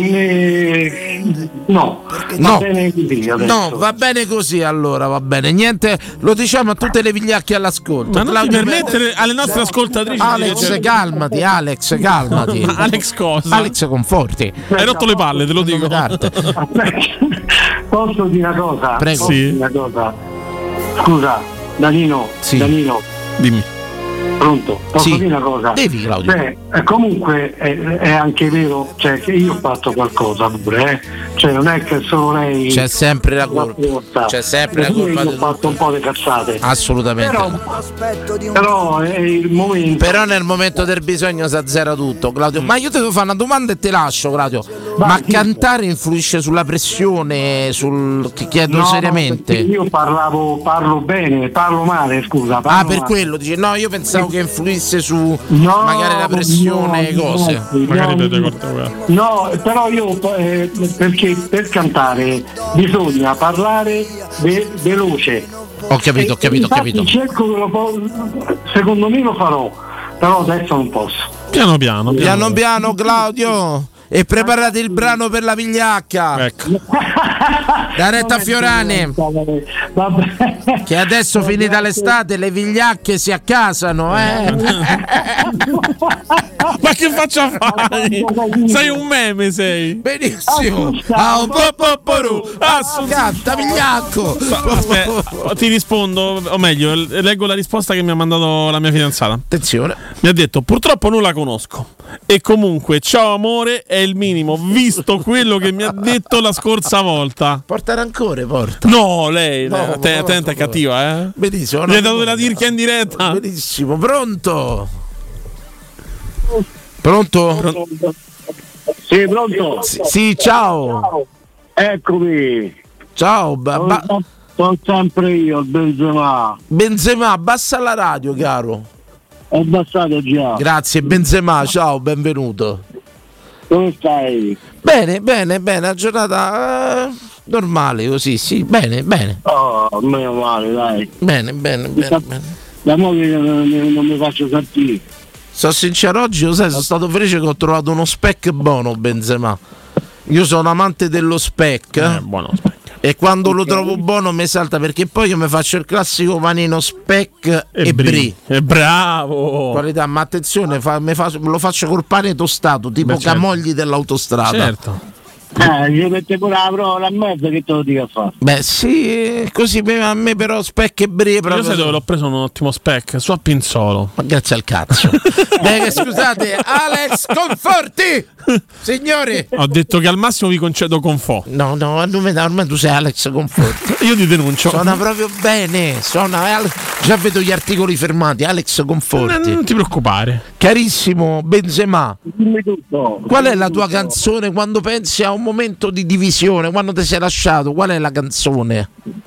va bene così adesso. No, va bene così, allora va bene. Niente, lo diciamo a tutte le vigliacche all'ascolto. Ma non ti permettere alle nostre ascoltatrici. Alex, calmati. Alex cosa? Alex Conforti. Hai rotto le palle, te lo dico. Posso dire una cosa? Prego. Sì. Una cosa. Scusa, Danilo. Sì. Danilo. Dimmi. Pronto? Posso dire una cosa? Devi, Claudio. Comunque è anche vero, cioè, che io ho fatto qualcosa pure, cioè non è che solo lei. C'è sempre la colpa. C'è sempre la colpa. Io ho fatto un po' di cazzate. Assolutamente. Però è il momento. Però nel momento del bisogno si azzera tutto, Claudio. Ma io ti devo fare una domanda e te lascio, Claudio. Ma cantare influisce sulla pressione? Ti chiedo seriamente. Io parlo bene, parlo male, scusa. Per quello dici, no, io pensavo che influisse su magari la pressione e cose. No, però io perché per cantare bisogna parlare veloce. Ho capito. Cerco secondo me lo farò, però adesso non posso. Piano piano, Claudio. E preparate il brano per la vigliacca. Ecco. Da retta a Fiorane. Che adesso finita l'estate le vigliacche si accasano, Ma che faccia fare? Sei un meme, sei. Benissimo. Canta vigliacco. Aspetta, ti rispondo, o meglio, leggo la risposta che mi ha mandato la mia fidanzata. Attenzione. Mi ha detto: purtroppo non la conosco. E comunque, ciao amore, è il minimo, visto quello che mi ha detto la scorsa volta. Porta rancore, porta. No, lei, attenta, è cattiva, eh. Benissimo. Mi hai dato della tirchia in diretta. Benissimo, pronto? Sì, pronto? Sì, ciao. Eccomi. Ciao, sono sempre io, Benzema, abbassa la radio, caro. Ho abbassato già. Grazie, Benzema, ciao, benvenuto. Come stai? Bene, una giornata normale così, sì, bene. Oh, meno male, dai. Bene. Da mo' che non mi faccio sentire. Sono sincero, oggi lo sai, sono stato felice che ho trovato uno spec buono, Benzema. Io sono amante dello spec. Buono spec. e quando lo trovo buono mi salta, perché poi io mi faccio il classico panino speck e brie. Bravo! Qualità, ma attenzione, lo faccio col pane tostato, tipo Camogli dell'autostrada. Certo. Gli mette pure la prova a mezzo, che te lo dica a fare. Beh sì, così a me però speck e brie Io sai dove l'ho preso un ottimo speck? Su a Pinzolo. Ma grazie al cazzo. Scusate, Alex Conforti, signori. Ho detto che al massimo vi concedo confo. No, ormai tu sei Alex Conforti. Io ti denuncio. Suona proprio bene. Già vedo gli articoli fermati. Alex Conforti. Non ti preoccupare. Carissimo Benzema, Dimmi tutto. qual è la tua canzone quando pensi a un momento di divisione, quando ti sei lasciato? Qual è la canzone?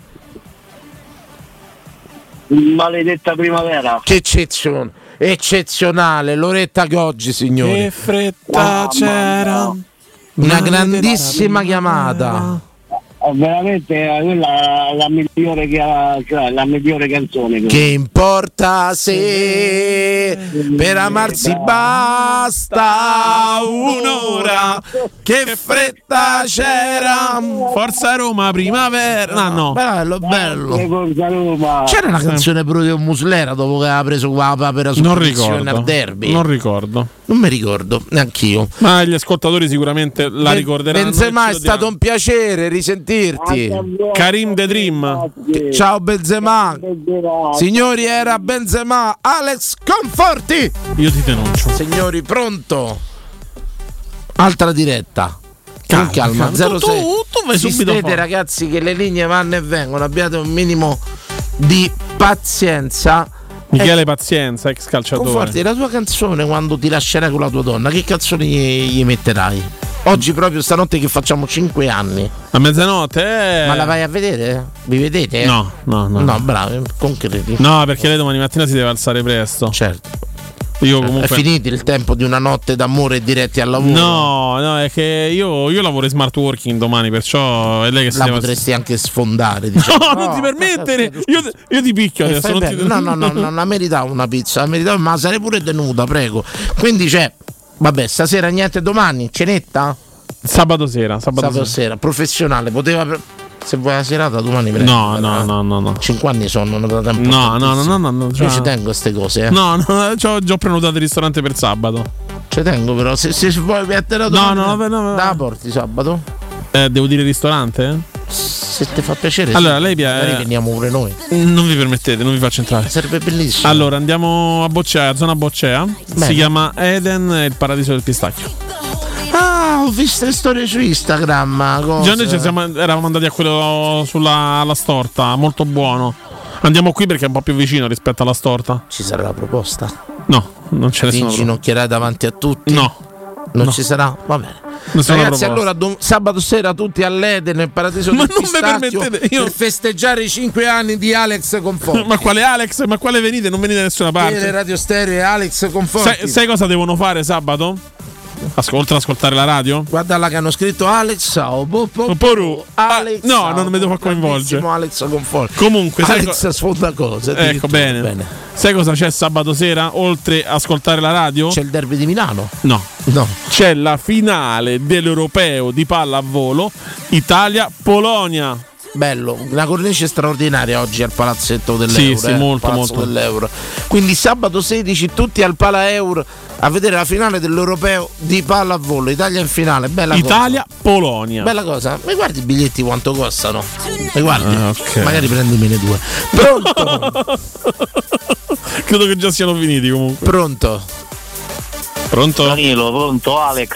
Maledetta primavera. Che eccezionale, Loretta Goggi, signori. Che fretta c'era. Una grandissima chiamata. Veramente quella è la migliore la migliore canzone. Che importa se per amarsi basta un'ora, che fretta c'era, Forza Roma primavera. No. Bello. Forza Roma. C'era una canzone pure di un Muslera dopo che aveva preso la papera su posizione al derby. Non ricordo. Non mi ricordo, neanch'io. Ma gli ascoltatori sicuramente la ricorderanno. Benzema, è stato un piacere risentirti. Karim The Dream. Ciao Benzema. Signori, era Benzema, Alex Conforti. Io ti denuncio. Signori, pronto? Altra diretta. Con calma. 06. Tu vai subito. Vedete ragazzi che le linee vanno e vengono. Abbiate un minimo di pazienza. Michele Pazienza, ex calciatore. Conforti, la tua canzone quando ti lascerai con la tua donna, che canzone gli metterai? Oggi proprio stanotte che facciamo 5 anni. A mezzanotte? Ma la vai a vedere? Vi vedete? No. No, bravi, concreti. No, perché lei domani mattina si deve alzare presto. Certo. Io comunque... È finito il tempo di una notte d'amore diretti al lavoro? No, è che io lavoro in smart working domani, perciò è lei che si la deve... potresti anche sfondare, diciamo. No, non ti permettere! Io ti picchio adesso. Non la meritavo una pizza, ma sarei pure tenuta, prego. Quindi vabbè, stasera niente, domani, cenetta? Sabato sera. Professionale, poteva... Se vuoi la serata domani prego. No. 5 anni sono da tempo. No. Io ci tengo a queste cose. No, ho già prenotato il ristorante per sabato. Ci tengo però, se vuoi mettere no. Da porti sabato? Devo dire ristorante? Se ti fa piacere. Allora, lei veniamo pure noi. Non vi permettete, non vi faccio entrare. Sarebbe bellissimo. Allora, andiamo a Boccea, zona Boccea. Bene. Si chiama Eden, il paradiso del pistacchio. Ho visto le storie su Instagram. Già noi eravamo andati a quello alla storta, molto buono. Andiamo qui perché è un po' più vicino rispetto alla storta. Ci sarà la proposta? No, non c'è nessuna proposta. Inginocchierai davanti a tutti? No. Non ci sarà? Va bene. Ragazzi, allora sabato sera tutti all'Eden nel paradiso del pistacchio per festeggiare i 5 anni di Alex Conforti. Ma quale Alex? Ma quale venite? Non venite da nessuna parte. Radio Stereo e Alex Conforti. Sai cosa devono fare sabato? Oltre ad ascoltare la radio? Guarda là che hanno scritto Alex Alex. No, non mi devo far coinvolgere. Alex Conforti. Comunque Alex sfonda cose. Ecco, bene. Sai cosa c'è sabato sera? Oltre a ascoltare la radio? C'è il derby di Milano. No. C'è la finale dell'Europeo di pallavolo Italia-Polonia. Bello, una cornice straordinaria oggi al palazzetto dell'Euro. Sì, molto. Dell'Euro. Quindi sabato 16 tutti al Pala Euro a vedere la finale dell'Europeo di pallavolo. Italia in finale, bella Italia-Polonia. Bella cosa. Mi guardi i biglietti quanto costano? Mi guardi? Okay. Magari prendimene 2. Pronto? Credo che già siano finiti comunque. Pronto? Danilo, pronto, Alex.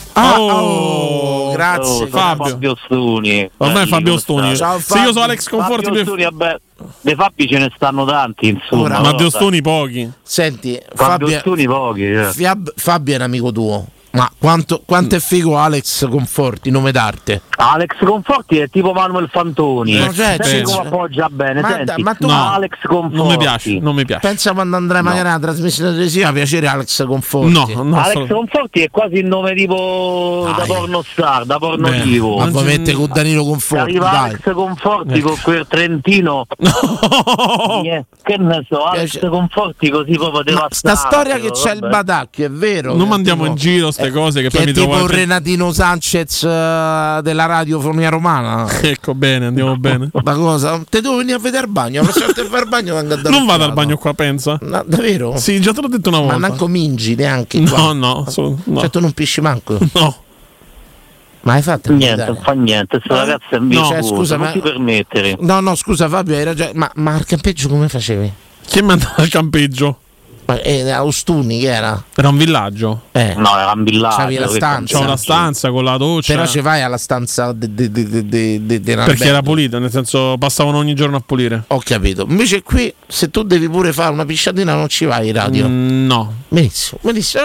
Grazie. Fabio Stuni. Ormai Fabio Stuni. Ciao, se io sono Alex Conforti. Fabio Stuni, vabbè, dei Fabbi ce ne stanno tanti, insomma. Ma Dio Stuni pochi. Senti, Fabio Stuni pochi. Fabio è un amico tuo. Ma quanto è figo Alex Conforti, nome d'arte? Alex Conforti è tipo Manuel Fantoni. Senti come appoggia bene. Ma tu Alex Conforti. Non mi piace. Pensa quando andrai magari alla trasmissione televisiva, piacere Alex Conforti. No, Alex Conforti è quasi il nome tipo da porno star, da porno divo. Ma poi mette con Danilo Conforti. Arriva Alex Conforti con quel Trentino. Che ne so, Alex Conforti così proprio devastante. Sta storia che c'è il Badacchio, è vero? Non mandiamo in giro queste cose che Che poi è mi tipo trovo Renatino Sanchez della radiofonia romana. Ecco, bene, andiamo bene. La cosa, te devo venire a vedere al bagno. La prossima volta che vai al bagno vengo a dare Non vado al un'occhiata. bagno qua, pensa? No, davvero? Sì, già te l'ho detto una volta. Ma non cominci neanche No, qua. no, no. Cioè tu non pisci manco? No. Ma hai fatto Niente, non fa niente, sta ragazza è Cioè, scusa, non ma... ti permettere. No, scusa Fabio, hai ragione. Ma al campeggio come facevi? Chi è mandato al campeggio? A Ostuni che era? Era un villaggio? No, era un villaggio. C'avevi la stanza. C'ho una stanza con la doccia. Però ci vai alla stanza perché era pulita, nel senso passavano ogni giorno a pulire. Ho capito. Invece qui, se tu devi pure fare una pisciatina, non ci vai in radio. No. Benissimo.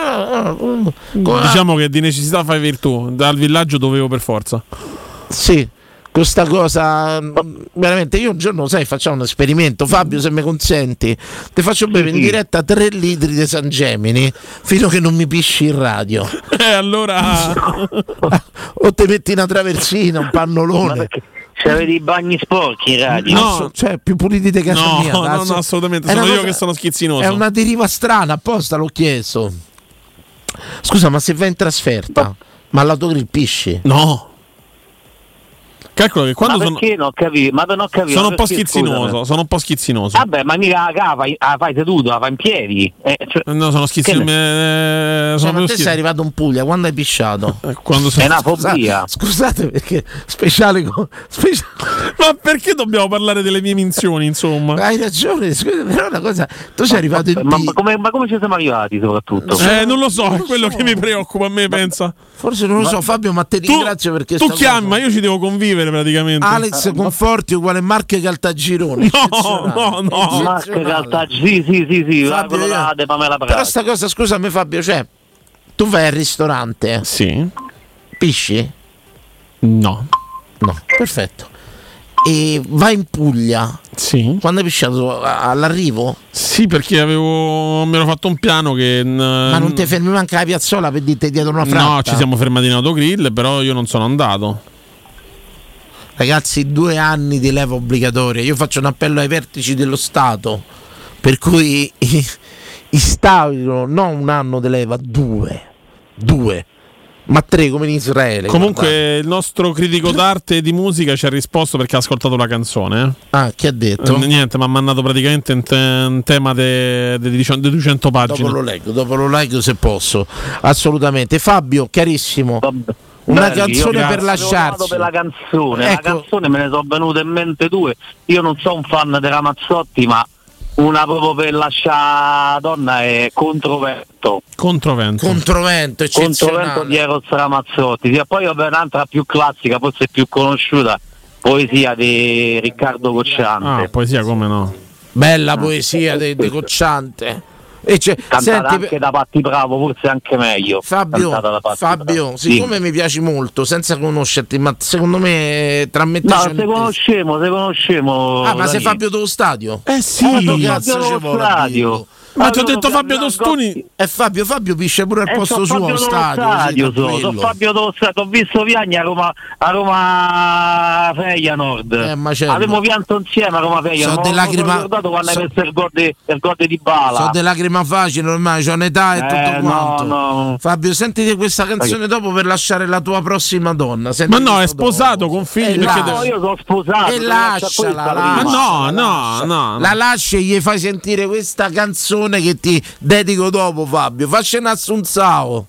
Diciamo che di necessità fai virtù. Dal villaggio dovevo per forza. Sì. Questa cosa veramente, io un giorno, sai, facciamo un esperimento. Fabio, se mi consenti, ti faccio bere in diretta 3 litri di San Gemini fino a che non mi pisci in radio. Allora o ti metti una traversina, un pannolone. Se avete i bagni sporchi in radio? No, cioè più puliti di casa mia. No, assolutamente. Sono io che sono schizzinoso. È una deriva strana, apposta l'ho chiesto. Scusa, ma se vai in trasferta, ma all'autogrill pisci? No. Calcola che quando ma perché non capivo? Ma non ho capito. Sono un po' schizzinoso. Sono un po' schizzinoso. Vabbè, ma mica la fai seduto, la fai in piedi. No, sono schizzinoso. Ma te sei arrivato in Puglia, quando hai pisciato? Quando è una fobia. Scusate perché speciale. Ma perché dobbiamo parlare delle mie minzioni, insomma? Hai ragione, scusa, però una cosa. Tu sei arrivato in ma come ci siamo arrivati soprattutto? Non lo so, è quello che mi preoccupa a me, pensa. Forse non lo so, Fabio, ma te ringrazio perché tu chiami, ma io ci devo convivere praticamente. Alex Conforti uguale Marche Caltagirone. No. Marche Caltagirone, sì, Fabio, de Pamela Prati. però sta cosa, scusami Fabio, cioè tu vai al ristorante? Sì. Pisci? No, perfetto. E vai in Puglia? Sì. Quando hai pisciato? All'arrivo? Sì, perché mi ero fatto un piano che. Ma non ti fermi manca la piazzola per dirti dietro una fratta? No, ci siamo fermati in autogrill, però io non sono andato. Ragazzi, 2 anni di leva obbligatoria. Io faccio un appello ai vertici dello Stato, per cui instaurino non 1 anno di leva, 2, ma 3 come in Israele. Comunque guardate. il nostro critico d'arte e di musica ci ha risposto perché ha ascoltato la canzone. Ah, che ha detto? Niente, mi ha mandato praticamente un tema di 200 pagine. Dopo lo leggo se posso. Assolutamente. Fabio, chiarissimo. Una canzone per lasciarci. Per la canzone, Ecco. la canzone me ne sono venute in mente 2. Io non sono un fan della Ramazzotti, ma una proprio per lasciare la donna è Controvento. Controvento, eccezionale. Di Eros Ramazzotti. E poi vabbè, un'altra più classica, forse più conosciuta, Poesia di Riccardo Cocciante. Poesia, come no? Bella poesia di Cocciante. E Cantata anche da Patti Bravo, forse anche meglio. Fabio, siccome mi piaci molto, senza conoscerti, ma secondo me tra me e te no, c'è se conosciamo. Ah, ma sei Fabio dello stadio? Sì, cazzo ci vuole. Ma ti ho detto Fabio Tostuni. E Fabio pisce pure al posto suo Fabio stadio. Sono Fabio dello stadio. Ho visto Viagni a Roma Feyenoord. Abbiamo pianto insieme a Roma Feyenoord. So non ho ricordato quando hai messo il gol di Dybala. So delle lacrime facili ormai, c'ho un'età e tutto quanto. No. Fabio, sentiti questa canzone dopo per lasciare la tua prossima donna. Ma no, è sposato con figli. No, io sono sposato. E lasciala. No. La lasci e gli fai sentire questa canzone che ti dedico dopo, Fabio. Facci un assunzao.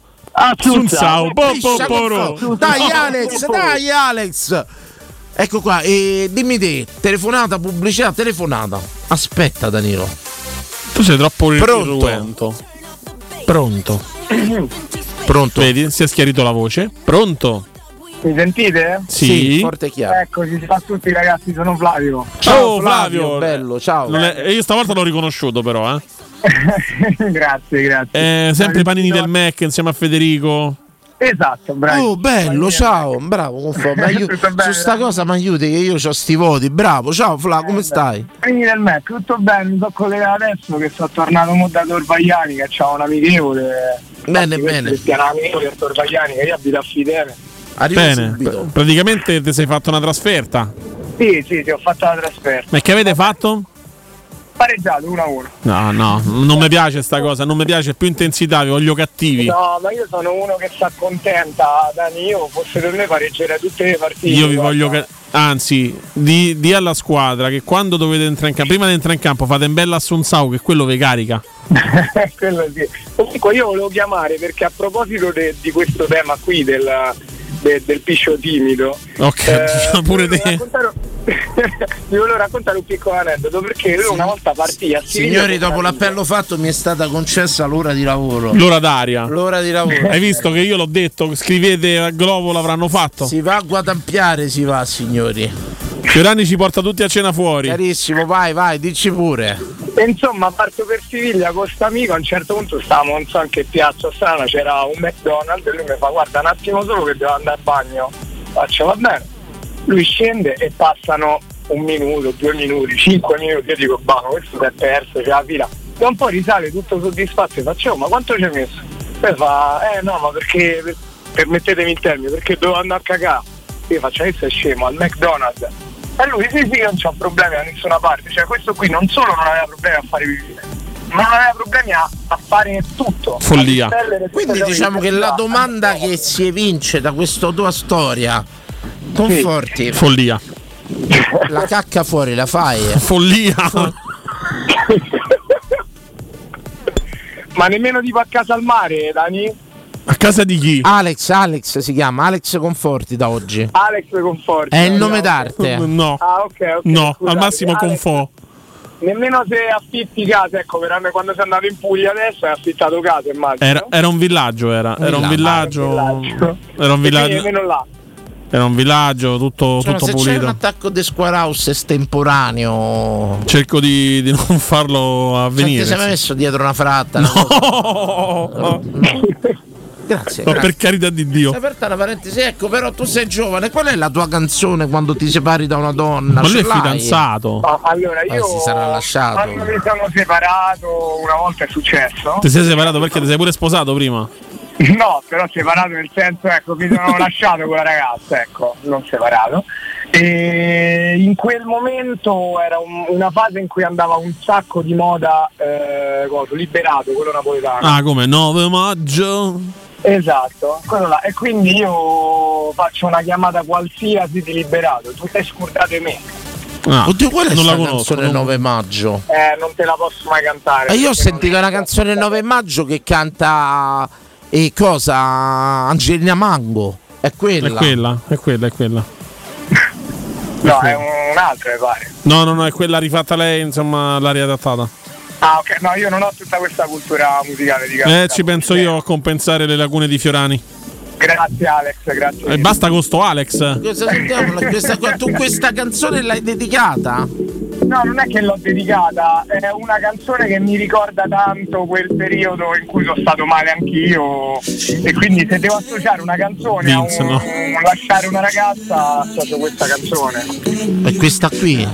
Dai Alex. Ecco qua, dimmi te, telefonata, pubblicità, telefonata. Aspetta Danilo. Tu sei troppo irruento. Pronto. Vedi, si è schiarito la voce. Pronto. Mi sentite? Sì, forte e chiaro. Eccoci, ciao a tutti ragazzi, sono Flavio. Ciao Flavio. Bello, ciao. Io stavolta l'ho riconosciuto però, Grazie. Sempre i panini del Mac insieme a Federico. Esatto, bravo. Oh, bello, ciao, bravo. Su sta cosa mi aiuti che io ho sti voti. Bravo, ciao Fla, come stai? Panini del Mac, tutto bene, mi sto collegando adesso che sono tornato da Torvagliani, che c'ho un amichevole. Bene. Amichevole a Torvagliani, che io abito a Fidene. Bene, praticamente ti sei fatto una trasferta. Sì, ho fatto la trasferta. Ma che avete fatto? pareggiato 1-1. No, non mi piace sta cosa, non mi piace più intensità, vi voglio cattivi. No, ma io sono uno che si accontenta, Dani, io fosse per me pareggerei tutte le partite. Io vi voglio anzi, di alla squadra che quando dovete entrare in campo, prima di entrare in campo fate un bel assunzao che quello vi carica. Quello sì. Comunque io volevo chiamare perché a proposito di questo tema qui del piscio timido, ok, pure te. Vi volevo raccontare un piccolo aneddoto perché io una volta partì a Siviglia. Signori, dopo l'appello fatto mi è stata concessa l'ora di lavoro. L'ora d'aria. L'ora di lavoro. Hai visto che io l'ho detto, scrivete a Globo, l'avranno fatto. Si va a guadampiare, si va, signori. Fiorani ci porta tutti a cena fuori. Carissimo, vai, dici pure. E insomma parto per Siviglia con sto amico, a un certo punto stavamo non so in che piazza strana, c'era un McDonald's e lui mi fa guarda un attimo solo che devo andare al bagno. Faccio va bene. Lui scende e passano 1 minuto, 2 minuti, 5 minuti, io dico ma questo si è perso, c'è la fila. E un po' risale tutto soddisfatto e faccio ma quanto ci hai messo? E fa no ma perché, permettetemi il termine, perché dovevo andare a cagare. Io faccio questo è scemo, al McDonald's. E lui sì io non c'ho problemi da nessuna parte, cioè questo qui non solo non aveva problemi a fare pipì, ma non aveva problemi a fare tutto. Follia. Quindi diciamo che la domanda che si evince da questa tua storia, Conforti, follia. La cacca fuori la fai? Follia. Ma nemmeno tipo a casa al mare, Dani? A casa di chi? Alex si chiama Alex Conforti da oggi. Alex Conforti. È il nome d'arte? No. Ah, ok. No, scusate, al massimo Alex, Confo. Nemmeno se affitti casa, ecco, quando sei andato in Puglia adesso hai affittato casa, immagino. Era un villaggio, era un villaggio. Era un villaggio. Nemmeno là. Era un villaggio tutto se pulito. C'è un attacco di Square House estemporaneo. Cerco di non farlo avvenire. Ti sei mai messo dietro una fratta? No. Grazie. Ma per carità di Dio. Sei aperta una parentesi, ecco, però tu sei giovane. Qual è la tua canzone quando ti separi da una donna? Ma lui è fidanzato. Allora io si sarà lasciato. Quando mi sono separato una volta è successo. Ti sei separato perché ti sei pure sposato prima? No, però separato nel senso, ecco, mi sono lasciato con la ragazza, ecco, non separato. E in quel momento era una fase in cui andava un sacco di moda Liberato, quello napoletano. Ah, come 9 maggio? Esatto, quello là. E quindi io faccio una chiamata qualsiasi di Liberato, tu sei scordate me. Ah, oddio, qual è non la canzone conosco. 9 maggio? Non te la posso mai cantare. Io ho sentito una canzone 9 maggio che canta Angelina Mango. È quella. È quella. No, è un'altra, mi pare. No, è quella rifatta lei, insomma, l'ha riadattata. Ah, ok, no, io non ho tutta questa cultura musicale di canzone. Ci penso io a compensare le lacune di Fiorani. Grazie Alex, grazie. E basta con sto Alex. Tu questa canzone l'hai dedicata? No, non è che l'ho dedicata, è una canzone che mi ricorda tanto quel periodo in cui sono stato male anch'io e quindi se devo associare una canzone a un lasciare una ragazza associo questa canzone. E questa qui?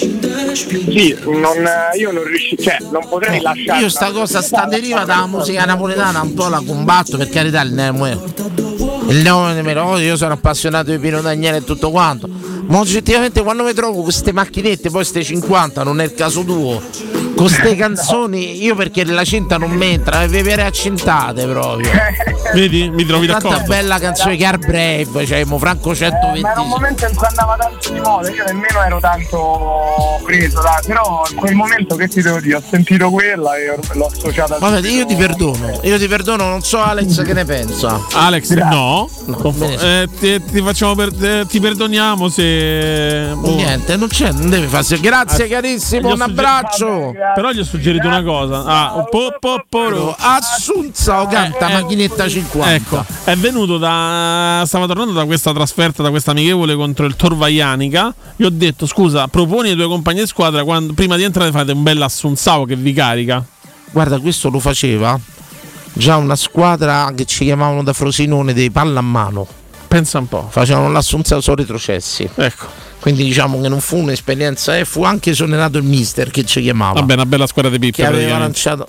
Sì, io non riuscirò, cioè non potrei lasciare. Io sta cosa deriva dalla musica napoletana un po' la combatto, per carità, il nome melodico, io sono appassionato di Pino Daniele e tutto quanto, ma oggettivamente quando mi trovo queste macchinette, poi ste 50, non è il caso tuo, con ste canzoni, io perché la cinta non mi entra, le vere accentate proprio. Vedi? Mi trovi d'accordo. Tanta bella canzone che Car Brave, cioè Franco 120. Ma era un momento in cui andava tanto di moda, io nemmeno ero tanto preso, però in quel momento che ti devo dire, ho sentito quella e l'ho associata. Vabbè, io ti perdono, non so Alex che ne pensa. Alex, no. Ti facciamo ti perdoniamo se niente, non deve farsi. Grazie carissimo, un abbraccio. Però gli ho suggerito una cosa. Assunzao canta macchinetta 50. Ecco, è venuto stava tornando da questa trasferta, da questa amichevole contro il Tor Vaianica. Gli ho detto scusa, proponi ai tuoi compagni di squadra prima di entrare fate un bel Assunzao che vi carica. Guarda, questo lo faceva già una squadra che ci chiamavano da Frosinone dei pallamano. Pensa un po'. Facevano l'Assunzao solo retrocessi. Ecco. Quindi diciamo che non fu un'esperienza, fu anche esonerato il mister che ci chiamava. Vabbè, una bella squadra di pippe. Che aveva lanciato.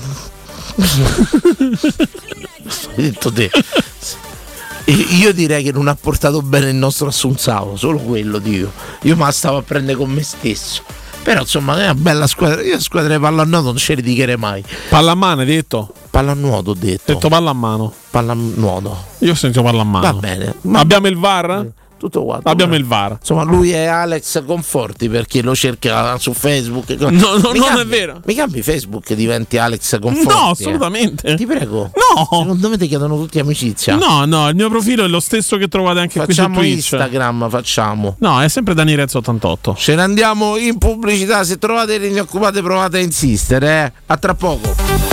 Hai detto te. Io direi che non ha portato bene il nostro Assunzao, solo quello dico. Io me la stavo a prendere con me stesso. Però insomma è una bella squadra. Io squadra di pallanuoto non ce li dicherei mai. Pallamano hai detto? Pallanuoto ho detto. Ho detto pallamano. Pallanuoto. Io ho sentito pallamano. Va bene. Abbiamo il VAR? Tutto qua. Abbiamo il VAR. Insomma, lui è Alex Conforti per chi lo cerca su Facebook. No, non è vero. Mi cambi Facebook e diventi Alex Conforti? No, assolutamente. Ti prego. No. Secondo me ti chiedono tutti amicizia. No, il mio profilo è lo stesso che trovate anche facciamo qui su Twitch. Instagram, facciamo. No, è sempre DaniRezzo88. Ce ne andiamo in pubblicità. Se trovate le inoccupate provate a insistere. A tra poco.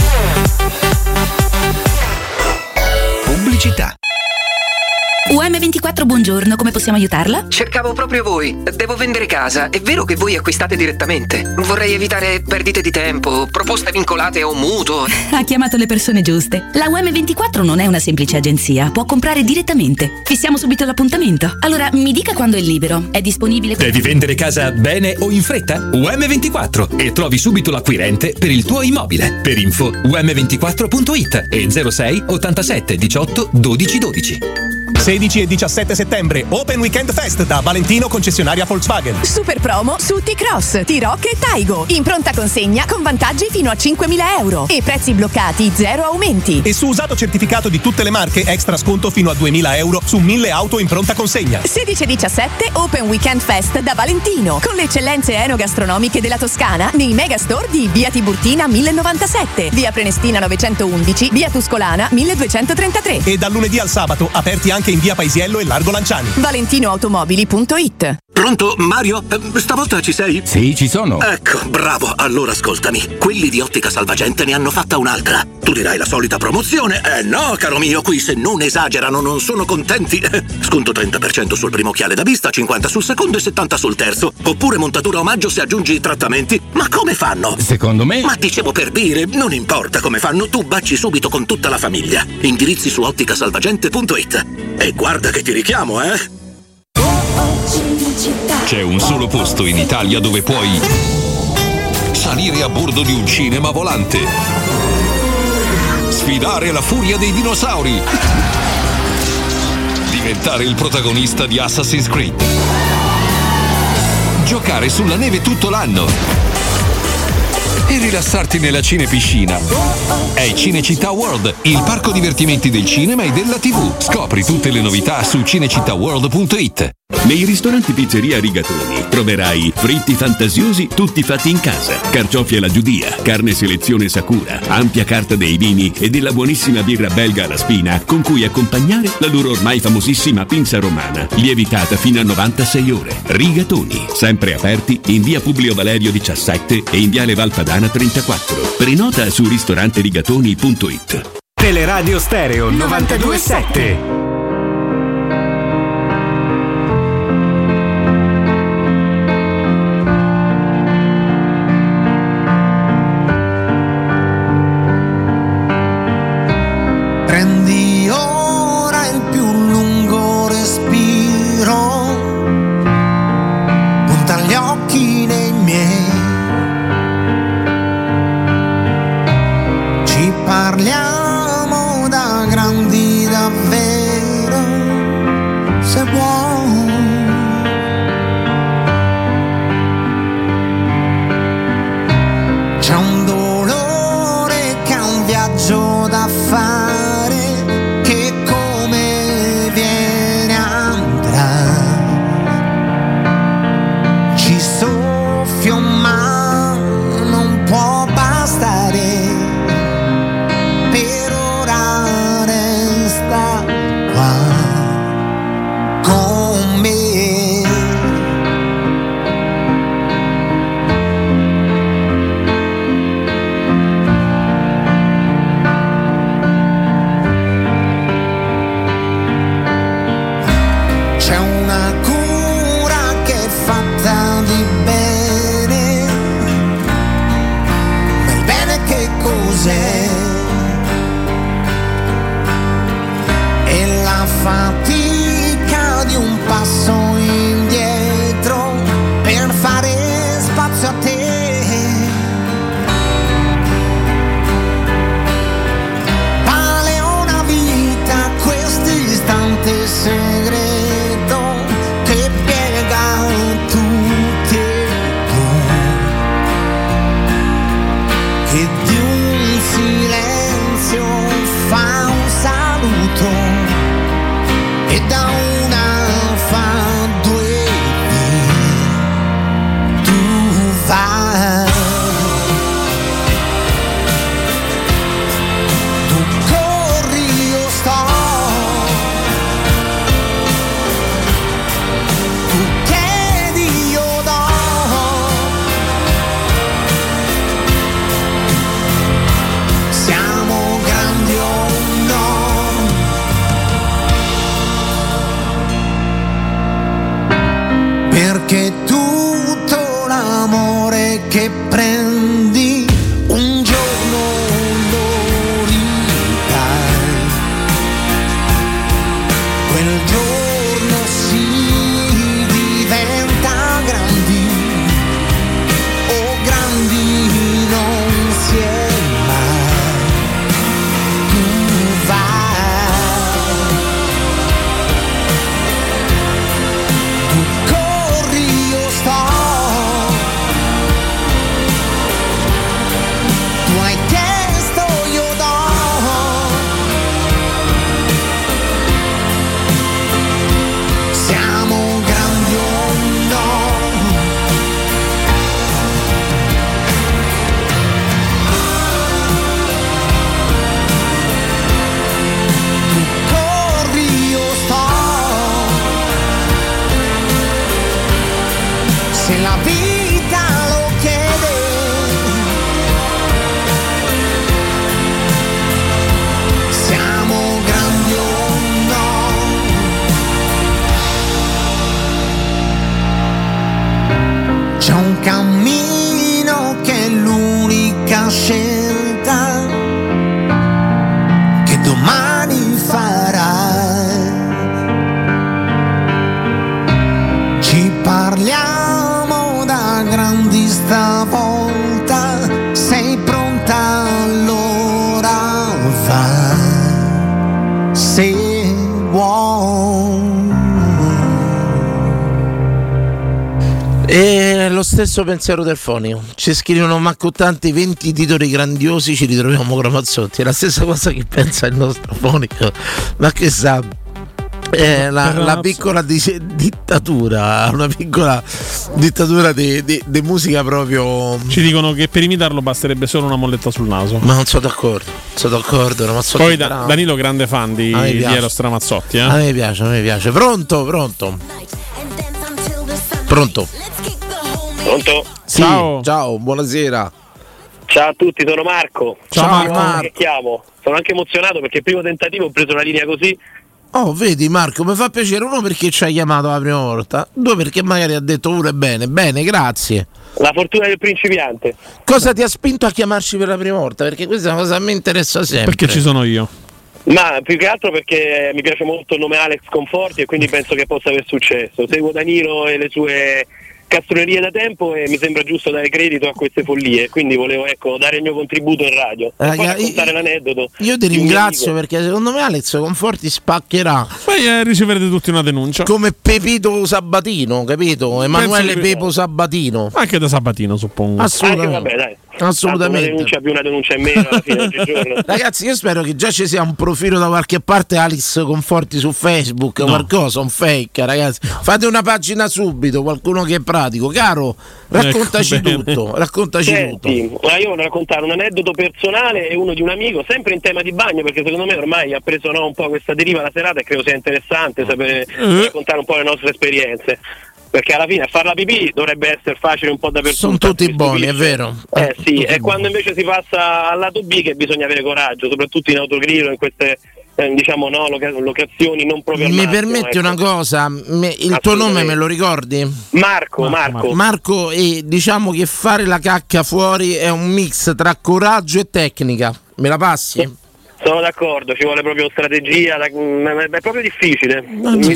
Pubblicità. UM24, buongiorno, come possiamo aiutarla? Cercavo proprio voi. Devo vendere casa. È vero che voi acquistate direttamente? Vorrei evitare perdite di tempo, proposte vincolate o mutuo. Ha chiamato le persone giuste. La UM24 non è una semplice agenzia, può comprare direttamente. Fissiamo subito l'appuntamento. Allora, mi dica quando è libero. È disponibile? Devi vendere casa bene o in fretta? UM24 e trovi subito l'acquirente per il tuo immobile. Per info um24.it e 06 87 18 12 12. 16 e 17 settembre, Open Weekend Fest da Valentino concessionaria Volkswagen. Super promo su T-Cross, T-Roc e Taigo. In pronta consegna con vantaggi fino a 5.000 euro e prezzi bloccati, 0 aumenti. E su usato certificato di tutte le marche, extra sconto fino a 2.000 euro su 1.000 auto in pronta consegna. 16 e 17 Open Weekend Fest da Valentino, con le eccellenze enogastronomiche della Toscana nei megastore di Via Tiburtina 1097, Via Prenestina 911, Via Tuscolana 1233. E dal lunedì al sabato, aperti anche in Via Paisiello e Largo Lanciani. ValentinoAutomobili.it. Pronto, Mario? Stavolta ci sei? Sì, ci sono. Ecco, bravo. Allora ascoltami. Quelli di Ottica Salvagente ne hanno fatta un'altra. Tu dirai la solita promozione. No, caro mio, qui se non esagerano non sono contenti. Sconto 30% sul primo occhiale da vista, 50 sul secondo e 70 sul terzo. Oppure montatura omaggio se aggiungi i trattamenti. Ma come fanno? Secondo me... Ma dicevo per dire, non importa come fanno, tu baci subito con tutta la famiglia. Indirizzi su otticasalvagente.it. E guarda che ti richiamo, eh? C'è un solo posto in Italia dove puoi salire a bordo di un cinema volante, sfidare la furia dei dinosauri, diventare il protagonista di Assassin's Creed, giocare sulla neve tutto l'anno e rilassarti nella cinepiscina. È Cinecittà World, il parco divertimenti del cinema e della TV. Scopri tutte le novità su cinecittàworld.it. Nei ristoranti Pizzeria Rigatoni troverai fritti fantasiosi tutti fatti in casa, carciofi alla giudia, carne selezione Sakura, ampia carta dei vini e della buonissima birra belga alla spina con cui accompagnare la loro ormai famosissima pinza romana, lievitata fino a 96 ore. Rigatoni, sempre aperti in via Publio Valerio 17 e in viale Valpadana 34. Prenota su ristoranterigatoni.it. Teleradio Stereo 92.7. Prendi ora il più lungo respiro, punta gli occhi nei miei, ci parliamo da grandi davvero, se vuoi. C'è un dolore che è un viaggio da fare, e la fatica di un passo indietro per fare spazio a te. Vale una vita questo istante segreto che che tutto l'amore che prendi un giorno lo ridai. Quel giorno si diventa grandi, o grandi non si è mai. Tu vai, tu corri, io sto. Tu hai chiesto, io do. Siamo grandi o no? Tu corri, io sto. Se la vita lo chiede, siamo grandi o no? C'è un cammino che è l'unica scelta che domani farai. Ci parliamo da grandi stavolta, sei pronta allora vai, se vuoi. E lo stesso pensiero del fonico. Ci scrivono Marco tanti 20 titoli grandiosi, ci ritroviamo con Ramazzotti. È la stessa cosa che pensa il nostro fonico. Ma che sa, la piccola dittatura, una piccola dittatura di musica proprio. Ci dicono che per imitarlo basterebbe solo una molletta sul naso. Ma non sono d'accordo, Ramazzotti. Poi Danilo grande fan di Eros Ramazzotti, A me piace. Pronto? Pronto? Sì, ciao, buonasera. Ciao a tutti, sono Marco. Ciao Marco. Che chiamo? Sono anche emozionato perché il primo tentativo ho preso una linea così. Oh, vedi Marco, mi fa piacere, uno perché ci hai chiamato la prima volta, due perché magari ha detto pure bene, grazie. La fortuna del principiante. Cosa ti ha spinto a chiamarci per la prima volta? Perché questa è una cosa che mi interessa sempre. Perché ci sono io. Ma più che altro perché mi piace molto il nome Alex Conforti e quindi penso che possa aver successo. Seguo Danilo e le sue castronerie da tempo e mi sembra giusto dare credito a queste follie, quindi volevo dare il mio contributo in radio e poi raccontare l'aneddoto. Io ti ringrazio perché secondo me Alex Conforti spaccherà. Poi riceverete tutti una denuncia come Pepito Sabatino, capito? Emanuele Pepo Sabatino, anche da Sabatino suppongo. Assolutamente. Vabbè, dai. Assolutamente. Una denuncia in meno alla fine oggigiorno. Ragazzi, io spero che già ci sia un profilo da qualche parte Alex Conforti su Facebook, qualcosa, un fake, ragazzi. Fate una pagina subito, qualcuno che è pratico. Caro, raccontaci tutto. Senti, io voglio raccontare un aneddoto personale e uno di un amico, sempre in tema di bagno, perché secondo me ormai ha preso un po' questa deriva la serata e credo sia interessante sapere raccontare un po' le nostre esperienze. Perché alla fine a far la pipì dovrebbe essere facile un po' dappertutto. Sono tutti buoni, è vero. Sì, e quando invece si passa al lato B che bisogna avere coraggio, soprattutto in autogrill, in queste locazioni non proprio al Mi massimo, permetti una cosa? Il tuo nome me lo ricordi? Marco. E diciamo che fare la cacca fuori è un mix tra coraggio e tecnica. Me la passi? Sono d'accordo, ci vuole proprio strategia, è proprio difficile.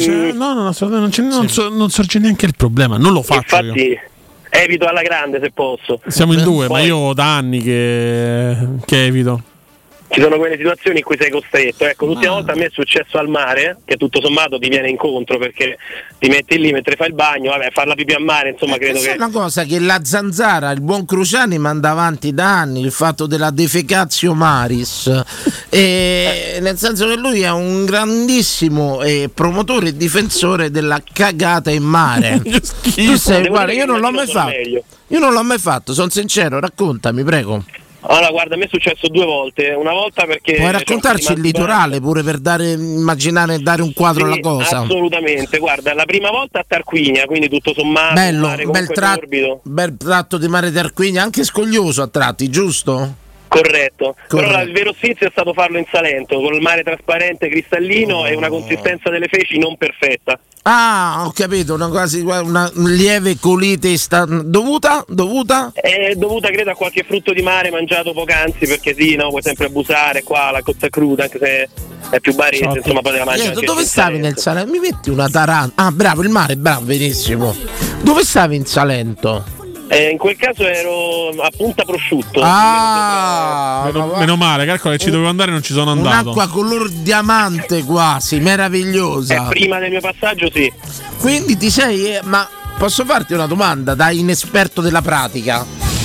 Non sorge neanche il problema, non lo faccio. Infatti evito alla grande se posso. Siamo in due, ma io ho da anni che evito. Ci sono quelle situazioni in cui sei costretto. Ecco, l'ultima volta a me è successo al mare, che tutto sommato ti viene incontro perché ti metti lì mentre fai il bagno, far la pipì a mare, insomma, credo che. È una cosa che la Zanzara, il buon Cruciani, manda avanti da anni, il fatto della defecatio maris, nel senso che lui è un grandissimo promotore e difensore della cagata in mare. Tu sei, guarda, io non l'ho mai fatto, sono sincero, raccontami, prego. Allora, guarda, a me è successo 2 volte. Una volta perché. Puoi raccontarci il litorale pure per dare un quadro alla cosa? Assolutamente, guarda, la prima volta a Tarquinia, quindi tutto sommato. Bello, bel tratto di mare Tarquinia, anche scoglioso a tratti, giusto? Corretto. Però Corretto. il vero sfizio è stato farlo in Salento, con il mare trasparente cristallino e una consistenza delle feci non perfetta. Ah, ho capito, una lieve colite dovuta? È dovuta credo a qualche frutto di mare mangiato poc'anzi, perché sì, no, puoi sempre abusare qua, la cozza cruda, anche se è più barese, insomma poi te la mangi anche Dove in stavi nel Salento? Mi metti una taranta. Ah, bravo, il mare, bravo, benissimo. Dove stavi in Salento? In quel caso ero a Punta Prosciutto. Meno male, calcola che ci dovevo andare e non ci sono andato. Un'acqua color diamante quasi, meravigliosa. Prima del mio passaggio sì. Quindi ti sei... ma posso farti una domanda da inesperto della pratica?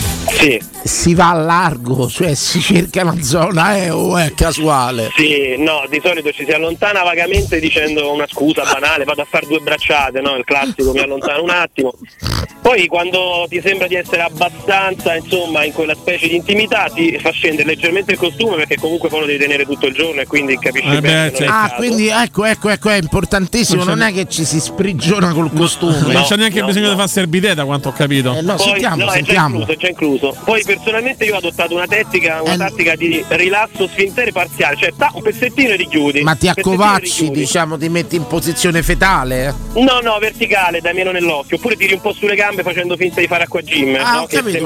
Sì. Si va a largo, cioè si cerca una zona o è casuale? Sì, no, di solito ci si allontana vagamente dicendo una scusa banale, vado a fare 2 bracciate, no? Il classico, mi allontano un attimo. Poi quando ti sembra di essere abbastanza, insomma, in quella specie di intimità, ti fa scendere leggermente il costume, perché comunque poi lo devi tenere tutto il giorno e quindi capisci bene che non è il caso. Quindi ecco, è importantissimo, non è che ci si sprigiona col costume. Non c'è neanche bisogno di fare servitè, da quanto ho capito. No, Poi, sentiamo. è già incluso. Poi personalmente io ho adottato una tattica di rilasso sfintere parziale, cioè un pezzettino e richiudi. Ma ti accovacci, diciamo, ti metti in posizione fetale? No, verticale, da meno nell'occhio, oppure tiri un po' sulle gambe facendo finta di fare acqua gym. Ah, no? ho capito,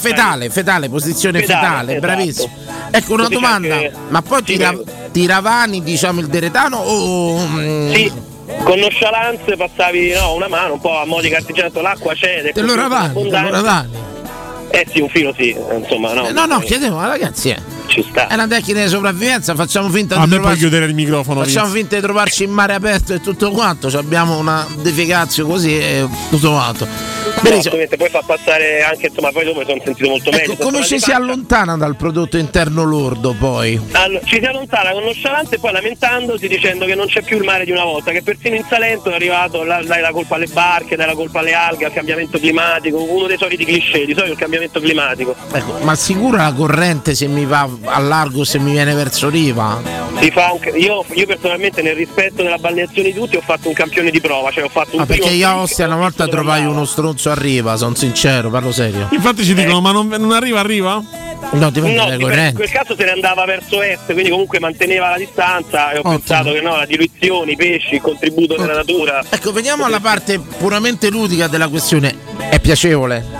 fetale, posizione fetale, esatto. bravissimo. Ecco una Così domanda, anche... ma poi ti ravani, diciamo, il deretano o... Sì, con nonchalance passavi una mano un po' a mo' di cartigianato, l'acqua c'è. Te lo ravani? Sì, un filo sì, insomma no. No, chiedevo, ragazzi, ci sta. È una tecnica di sopravvivenza, facciamo finta a di me trovarci... puoi chiudere il microfono. Facciamo finta di trovarci in mare aperto e tutto quanto, abbiamo una defecazio così e tutto quanto. Poi fa passare anche, insomma, poi dopo mi sono sentito molto meglio. Come ci si allontana dal prodotto interno lordo poi? Allora, ci si allontana con nonchalante e poi lamentandosi dicendo che non c'è più il mare di una volta, che persino in Salento è arrivato, dai la colpa alle barche, dai la colpa alle alghe, al cambiamento climatico, uno dei soliti cliché, di solito il cambiamento climatico. Ecco, ma sicura la corrente se mi va a largo, se mi viene verso riva? Si fa io personalmente, nel rispetto della balneazione di tutti, ho fatto un campione di prova, cioè ho fatto un perché io a Ostia una volta trovai uno stronzo a riva, sono sincero, parlo serio. Infatti ci dicono, ma non arriva? No, dipende dalle correnti. In quel caso se ne andava verso est, quindi comunque manteneva la distanza e ho pensato che la diluizione, i pesci, il contributo della natura. Ecco, veniamo alla parte puramente ludica della questione. È piacevole?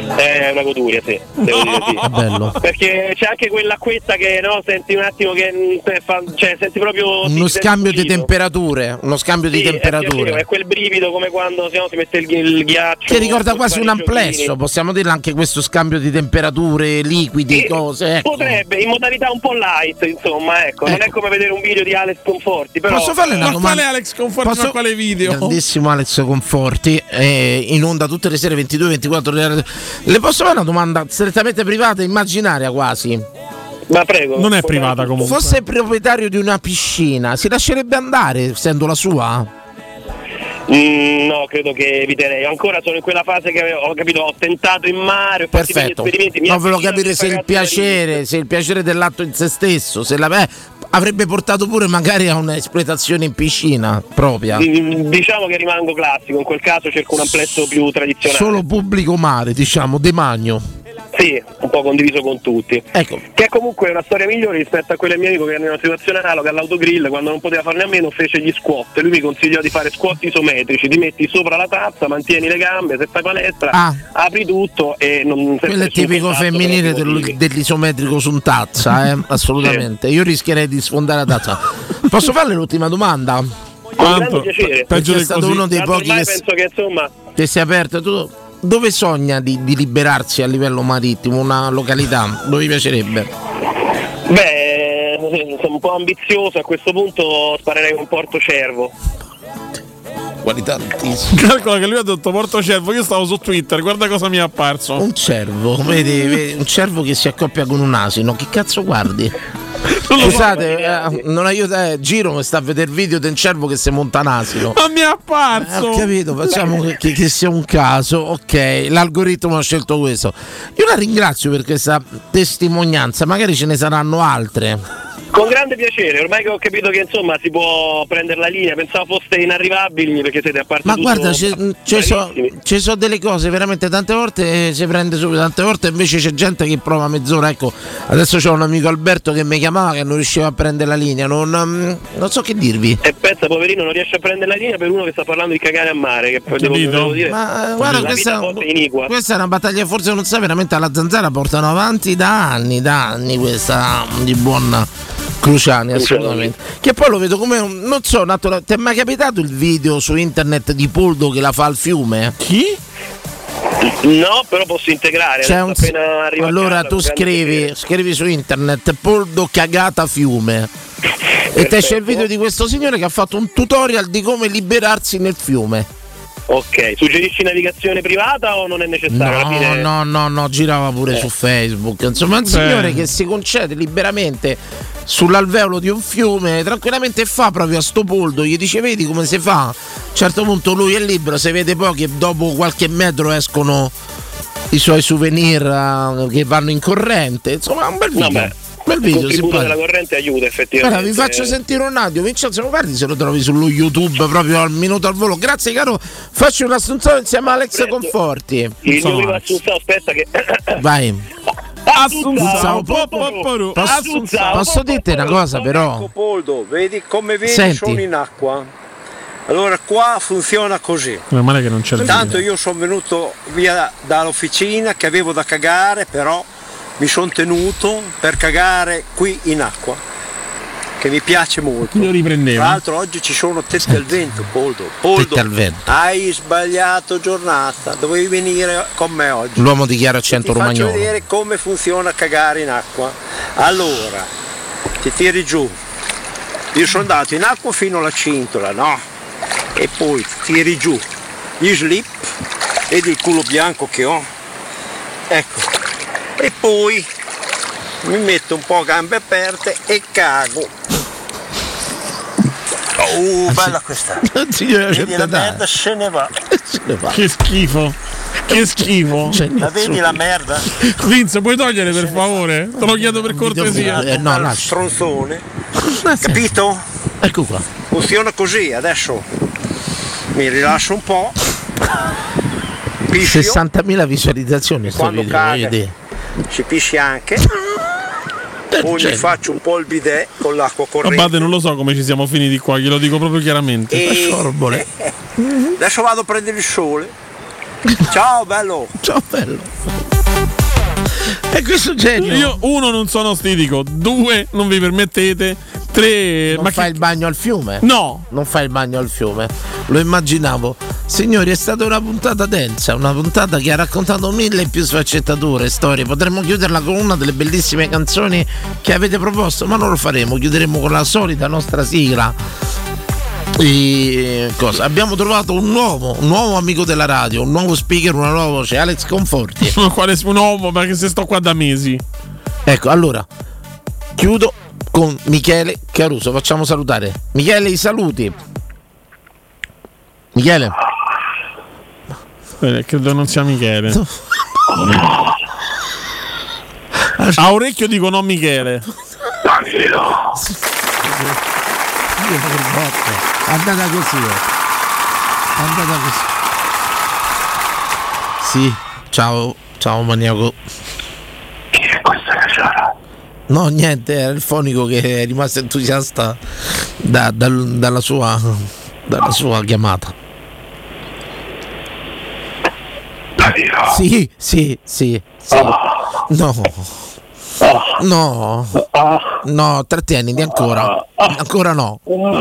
È una goduria, sì. Devo dire sì. È bello. Perché c'è anche quell'acquetta che senti un attimo che senti proprio uno scambio di temperature. È quel brivido come quando si mette il ghiaccio. Che ricorda quasi un amplesso, possiamo dirlo anche questo scambio di temperature, liquidi, cose. Ecco. Potrebbe, in modalità un po' light, insomma, ecco. Non è come vedere un video di Alex Conforti. Però posso farle una domanda? Quale Alex Conforti? Quale video? Grandissimo Alex Conforti, in onda tutte le sere 22-24. Le posso fare una domanda strettamente privata, immaginaria quasi? Ma prego. Non è privata comunque. Fosse proprietario di una piscina, si lascerebbe andare essendo la sua? No, credo che eviterei. Ancora sono in quella fase che ho capito, ho tentato in mare, ho fatto i miei esperimenti. Non volevo capire se il piacere dell'atto in se stesso, avrebbe portato pure magari a un'esploitazione in piscina propria. Diciamo che rimango classico, in quel caso cerco un amplesso più tradizionale. Solo pubblico mare, diciamo, demanio. Sì, un po' condiviso con tutti. Ecco. Che è comunque una storia migliore rispetto a quella del mio amico che era in una situazione analoga all'autogrill, quando non poteva farne a meno fece gli squat. Lui mi consigliò di fare squat isometrici, ti metti sopra la tazza, mantieni le gambe, se fai palestra apri tutto e non... Quello è tipico femminile dell'isometrico su un tazza, assolutamente. Io rischierei di sfondare la tazza. Posso farle l'ultima domanda? Con grande piacere. Perché è stato uno dei pochi penso che insomma che si è aperto tutto. Dove sogna di liberarsi a livello marittimo? Una località? Dove vi piacerebbe? Beh, sono un po' ambizioso, a questo punto sparerei con Porto Cervo. Qualità altissima. Calcola che lui ha detto Porto Cervo, io stavo su Twitter, guarda cosa mi è apparso. Un cervo, vedi, un cervo che si accoppia con un asino, che cazzo guardi? Scusate, non aiuta, Giro mi sta a vedere il video del cervo che si monta un asino. Ma mi è apparso! Ho capito, facciamo che sia un caso, ok, l'algoritmo ha scelto questo. Io la ringrazio per questa testimonianza, magari ce ne saranno altre. Con grande piacere, ormai che ho capito che insomma si può prendere la linea, pensavo foste inarrivabili perché siete a parte. Ma guarda, ci sono delle cose veramente, tante volte si prende subito, tante volte invece c'è gente che prova mezz'ora. Ecco, adesso c'ho un amico Alberto che mi chiamava che non riusciva a prendere la linea, non so che dirvi. E pensa, poverino, non riesce a prendere la linea per uno che sta parlando di cagare a mare, che devo dire. Ma guarda, questa è una battaglia, forse non sa, veramente alla Zanzara portano avanti da anni questa di buon Cruciani, assolutamente. Che poi lo vedo come non so, ti è mai capitato il video su internet di Poldo che la fa al fiume? Chi? No, però posso integrare. Allora tu scrivi su internet Poldo cagata fiume e te c'è il video di questo signore che ha fatto un tutorial di come liberarsi nel fiume. Ok, suggerisci navigazione privata o non è necessario? No, girava pure su Facebook. Insomma, un signore che si concede liberamente sull'alveolo di un fiume, tranquillamente fa proprio a sto Poldo, gli dice vedi come si fa. A un certo punto lui è libero, si vede poi che dopo qualche metro escono i suoi souvenir che vanno in corrente. Insomma, un bel video. Bel video, il contributo della corrente aiuta effettivamente. Guarda, vi faccio sentire un audio, Vincenzo, guardi se lo trovi su YouTube proprio al minuto al volo. Grazie caro, faccio un assunzone insieme a Alex Conforti. Il mio primo assunzone, aspetta che vai. Posso dirti una cosa però? Poldo, vedi come vedi. Senti. Sono in acqua. Allora qua funziona così. Meno male che non c'è. Intanto io sono venuto via dall'officina che avevo da cagare, però mi sono tenuto per cagare qui in acqua, che mi piace molto. Io riprendevo. Tra l'altro oggi ci sono tette al vento, Poldo. Tette al vento. Hai sbagliato giornata, dovevi venire con me oggi. L'uomo di Chiaro Accento Romagnolo. Ti faccio vedere come funziona cagare in acqua. Allora, ti tiri giù. Io sono andato in acqua fino alla cintola, no? E poi ti tiri giù gli slip, vedi il culo bianco che ho? Ecco. E poi mi metto un po' a gambe aperte e cago. Bella questa. Vedi la merda se ne va. Che schifo. Che schifo. La vedi la merda? Vince, puoi togliere per favore? Te lo chiedo per cortesia. No, stronzone. Capito? Ecco qua. Funziona così, adesso mi rilasso un po'. Piscio. 60.000 visualizzazioni sto Quando video, caga ci pisci anche. Poi mi faccio un po' il bidet con l'acqua corrente. Abate, non lo so come ci siamo finiti qua, glielo dico proprio chiaramente. Adesso vado a prendere il sole. Ciao bello. Ciao bello. E questo genio. Io, 1, non sono stitico, 2, non vi permettete, 3, non fai il bagno al fiume? No. Non fai il bagno al fiume. Lo immaginavo. Signori, è stata una puntata densa, una puntata che ha raccontato 1000 più sfaccettature, storie. Potremmo chiuderla con una delle bellissime canzoni che avete proposto, ma non lo faremo. Chiuderemo con la solita nostra sigla. Cosa? Abbiamo trovato un nuovo amico della radio, un nuovo speaker, una nuova voce, Alex Conforti. Quale nuovo? Perché se sto qua da mesi. Ecco, allora chiudo con Michele Caruso. Facciamo salutare Michele, i saluti. Michele. Credo non sia Michele. A orecchio dico no Michele. Andata così. Sì, ciao maniaco. Chi è questa casciara? No, niente, era il fonico che è rimasto entusiasta dalla sua chiamata. Sì. No, trattieniti ancora. Ancora no.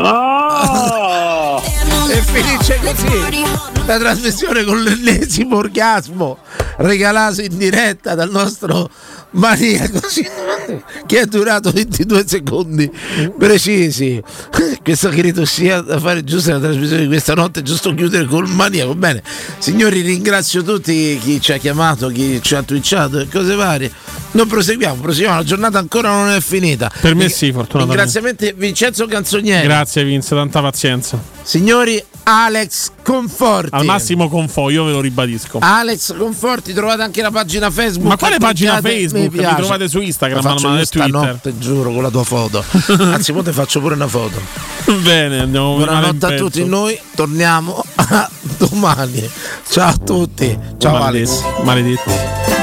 E finisce così la trasmissione con l'ennesimo orgasmo regalato in diretta dal nostro maniaco che è durato 22 secondi precisi. Questo credo sia da fare giusta la trasmissione di questa notte, giusto chiudere col maniaco. Bene, signori, ringrazio tutti chi ci ha chiamato, chi ci ha twitchato e cose varie. Noi proseguiamo, la giornata ancora non è finita. Per me sì, fortunatamente. Ringraziamenti Vincenzo Canzonieri. Grazie Vince, tanta pazienza. Signori, Alex Conforti. Al massimo Confo, io ve lo ribadisco. Alex Conforti, trovate anche la pagina Facebook. Ma quale pagina Facebook? Mi trovate su Instagram, ma e Twitter. Notte, giuro, con la tua foto. Anzi, poi ti faccio pure una foto. Bene, andiamo. Buonanotte a tutti, noi torniamo domani. Ciao a tutti. Ciao Maledetti. Alex. Maledetti.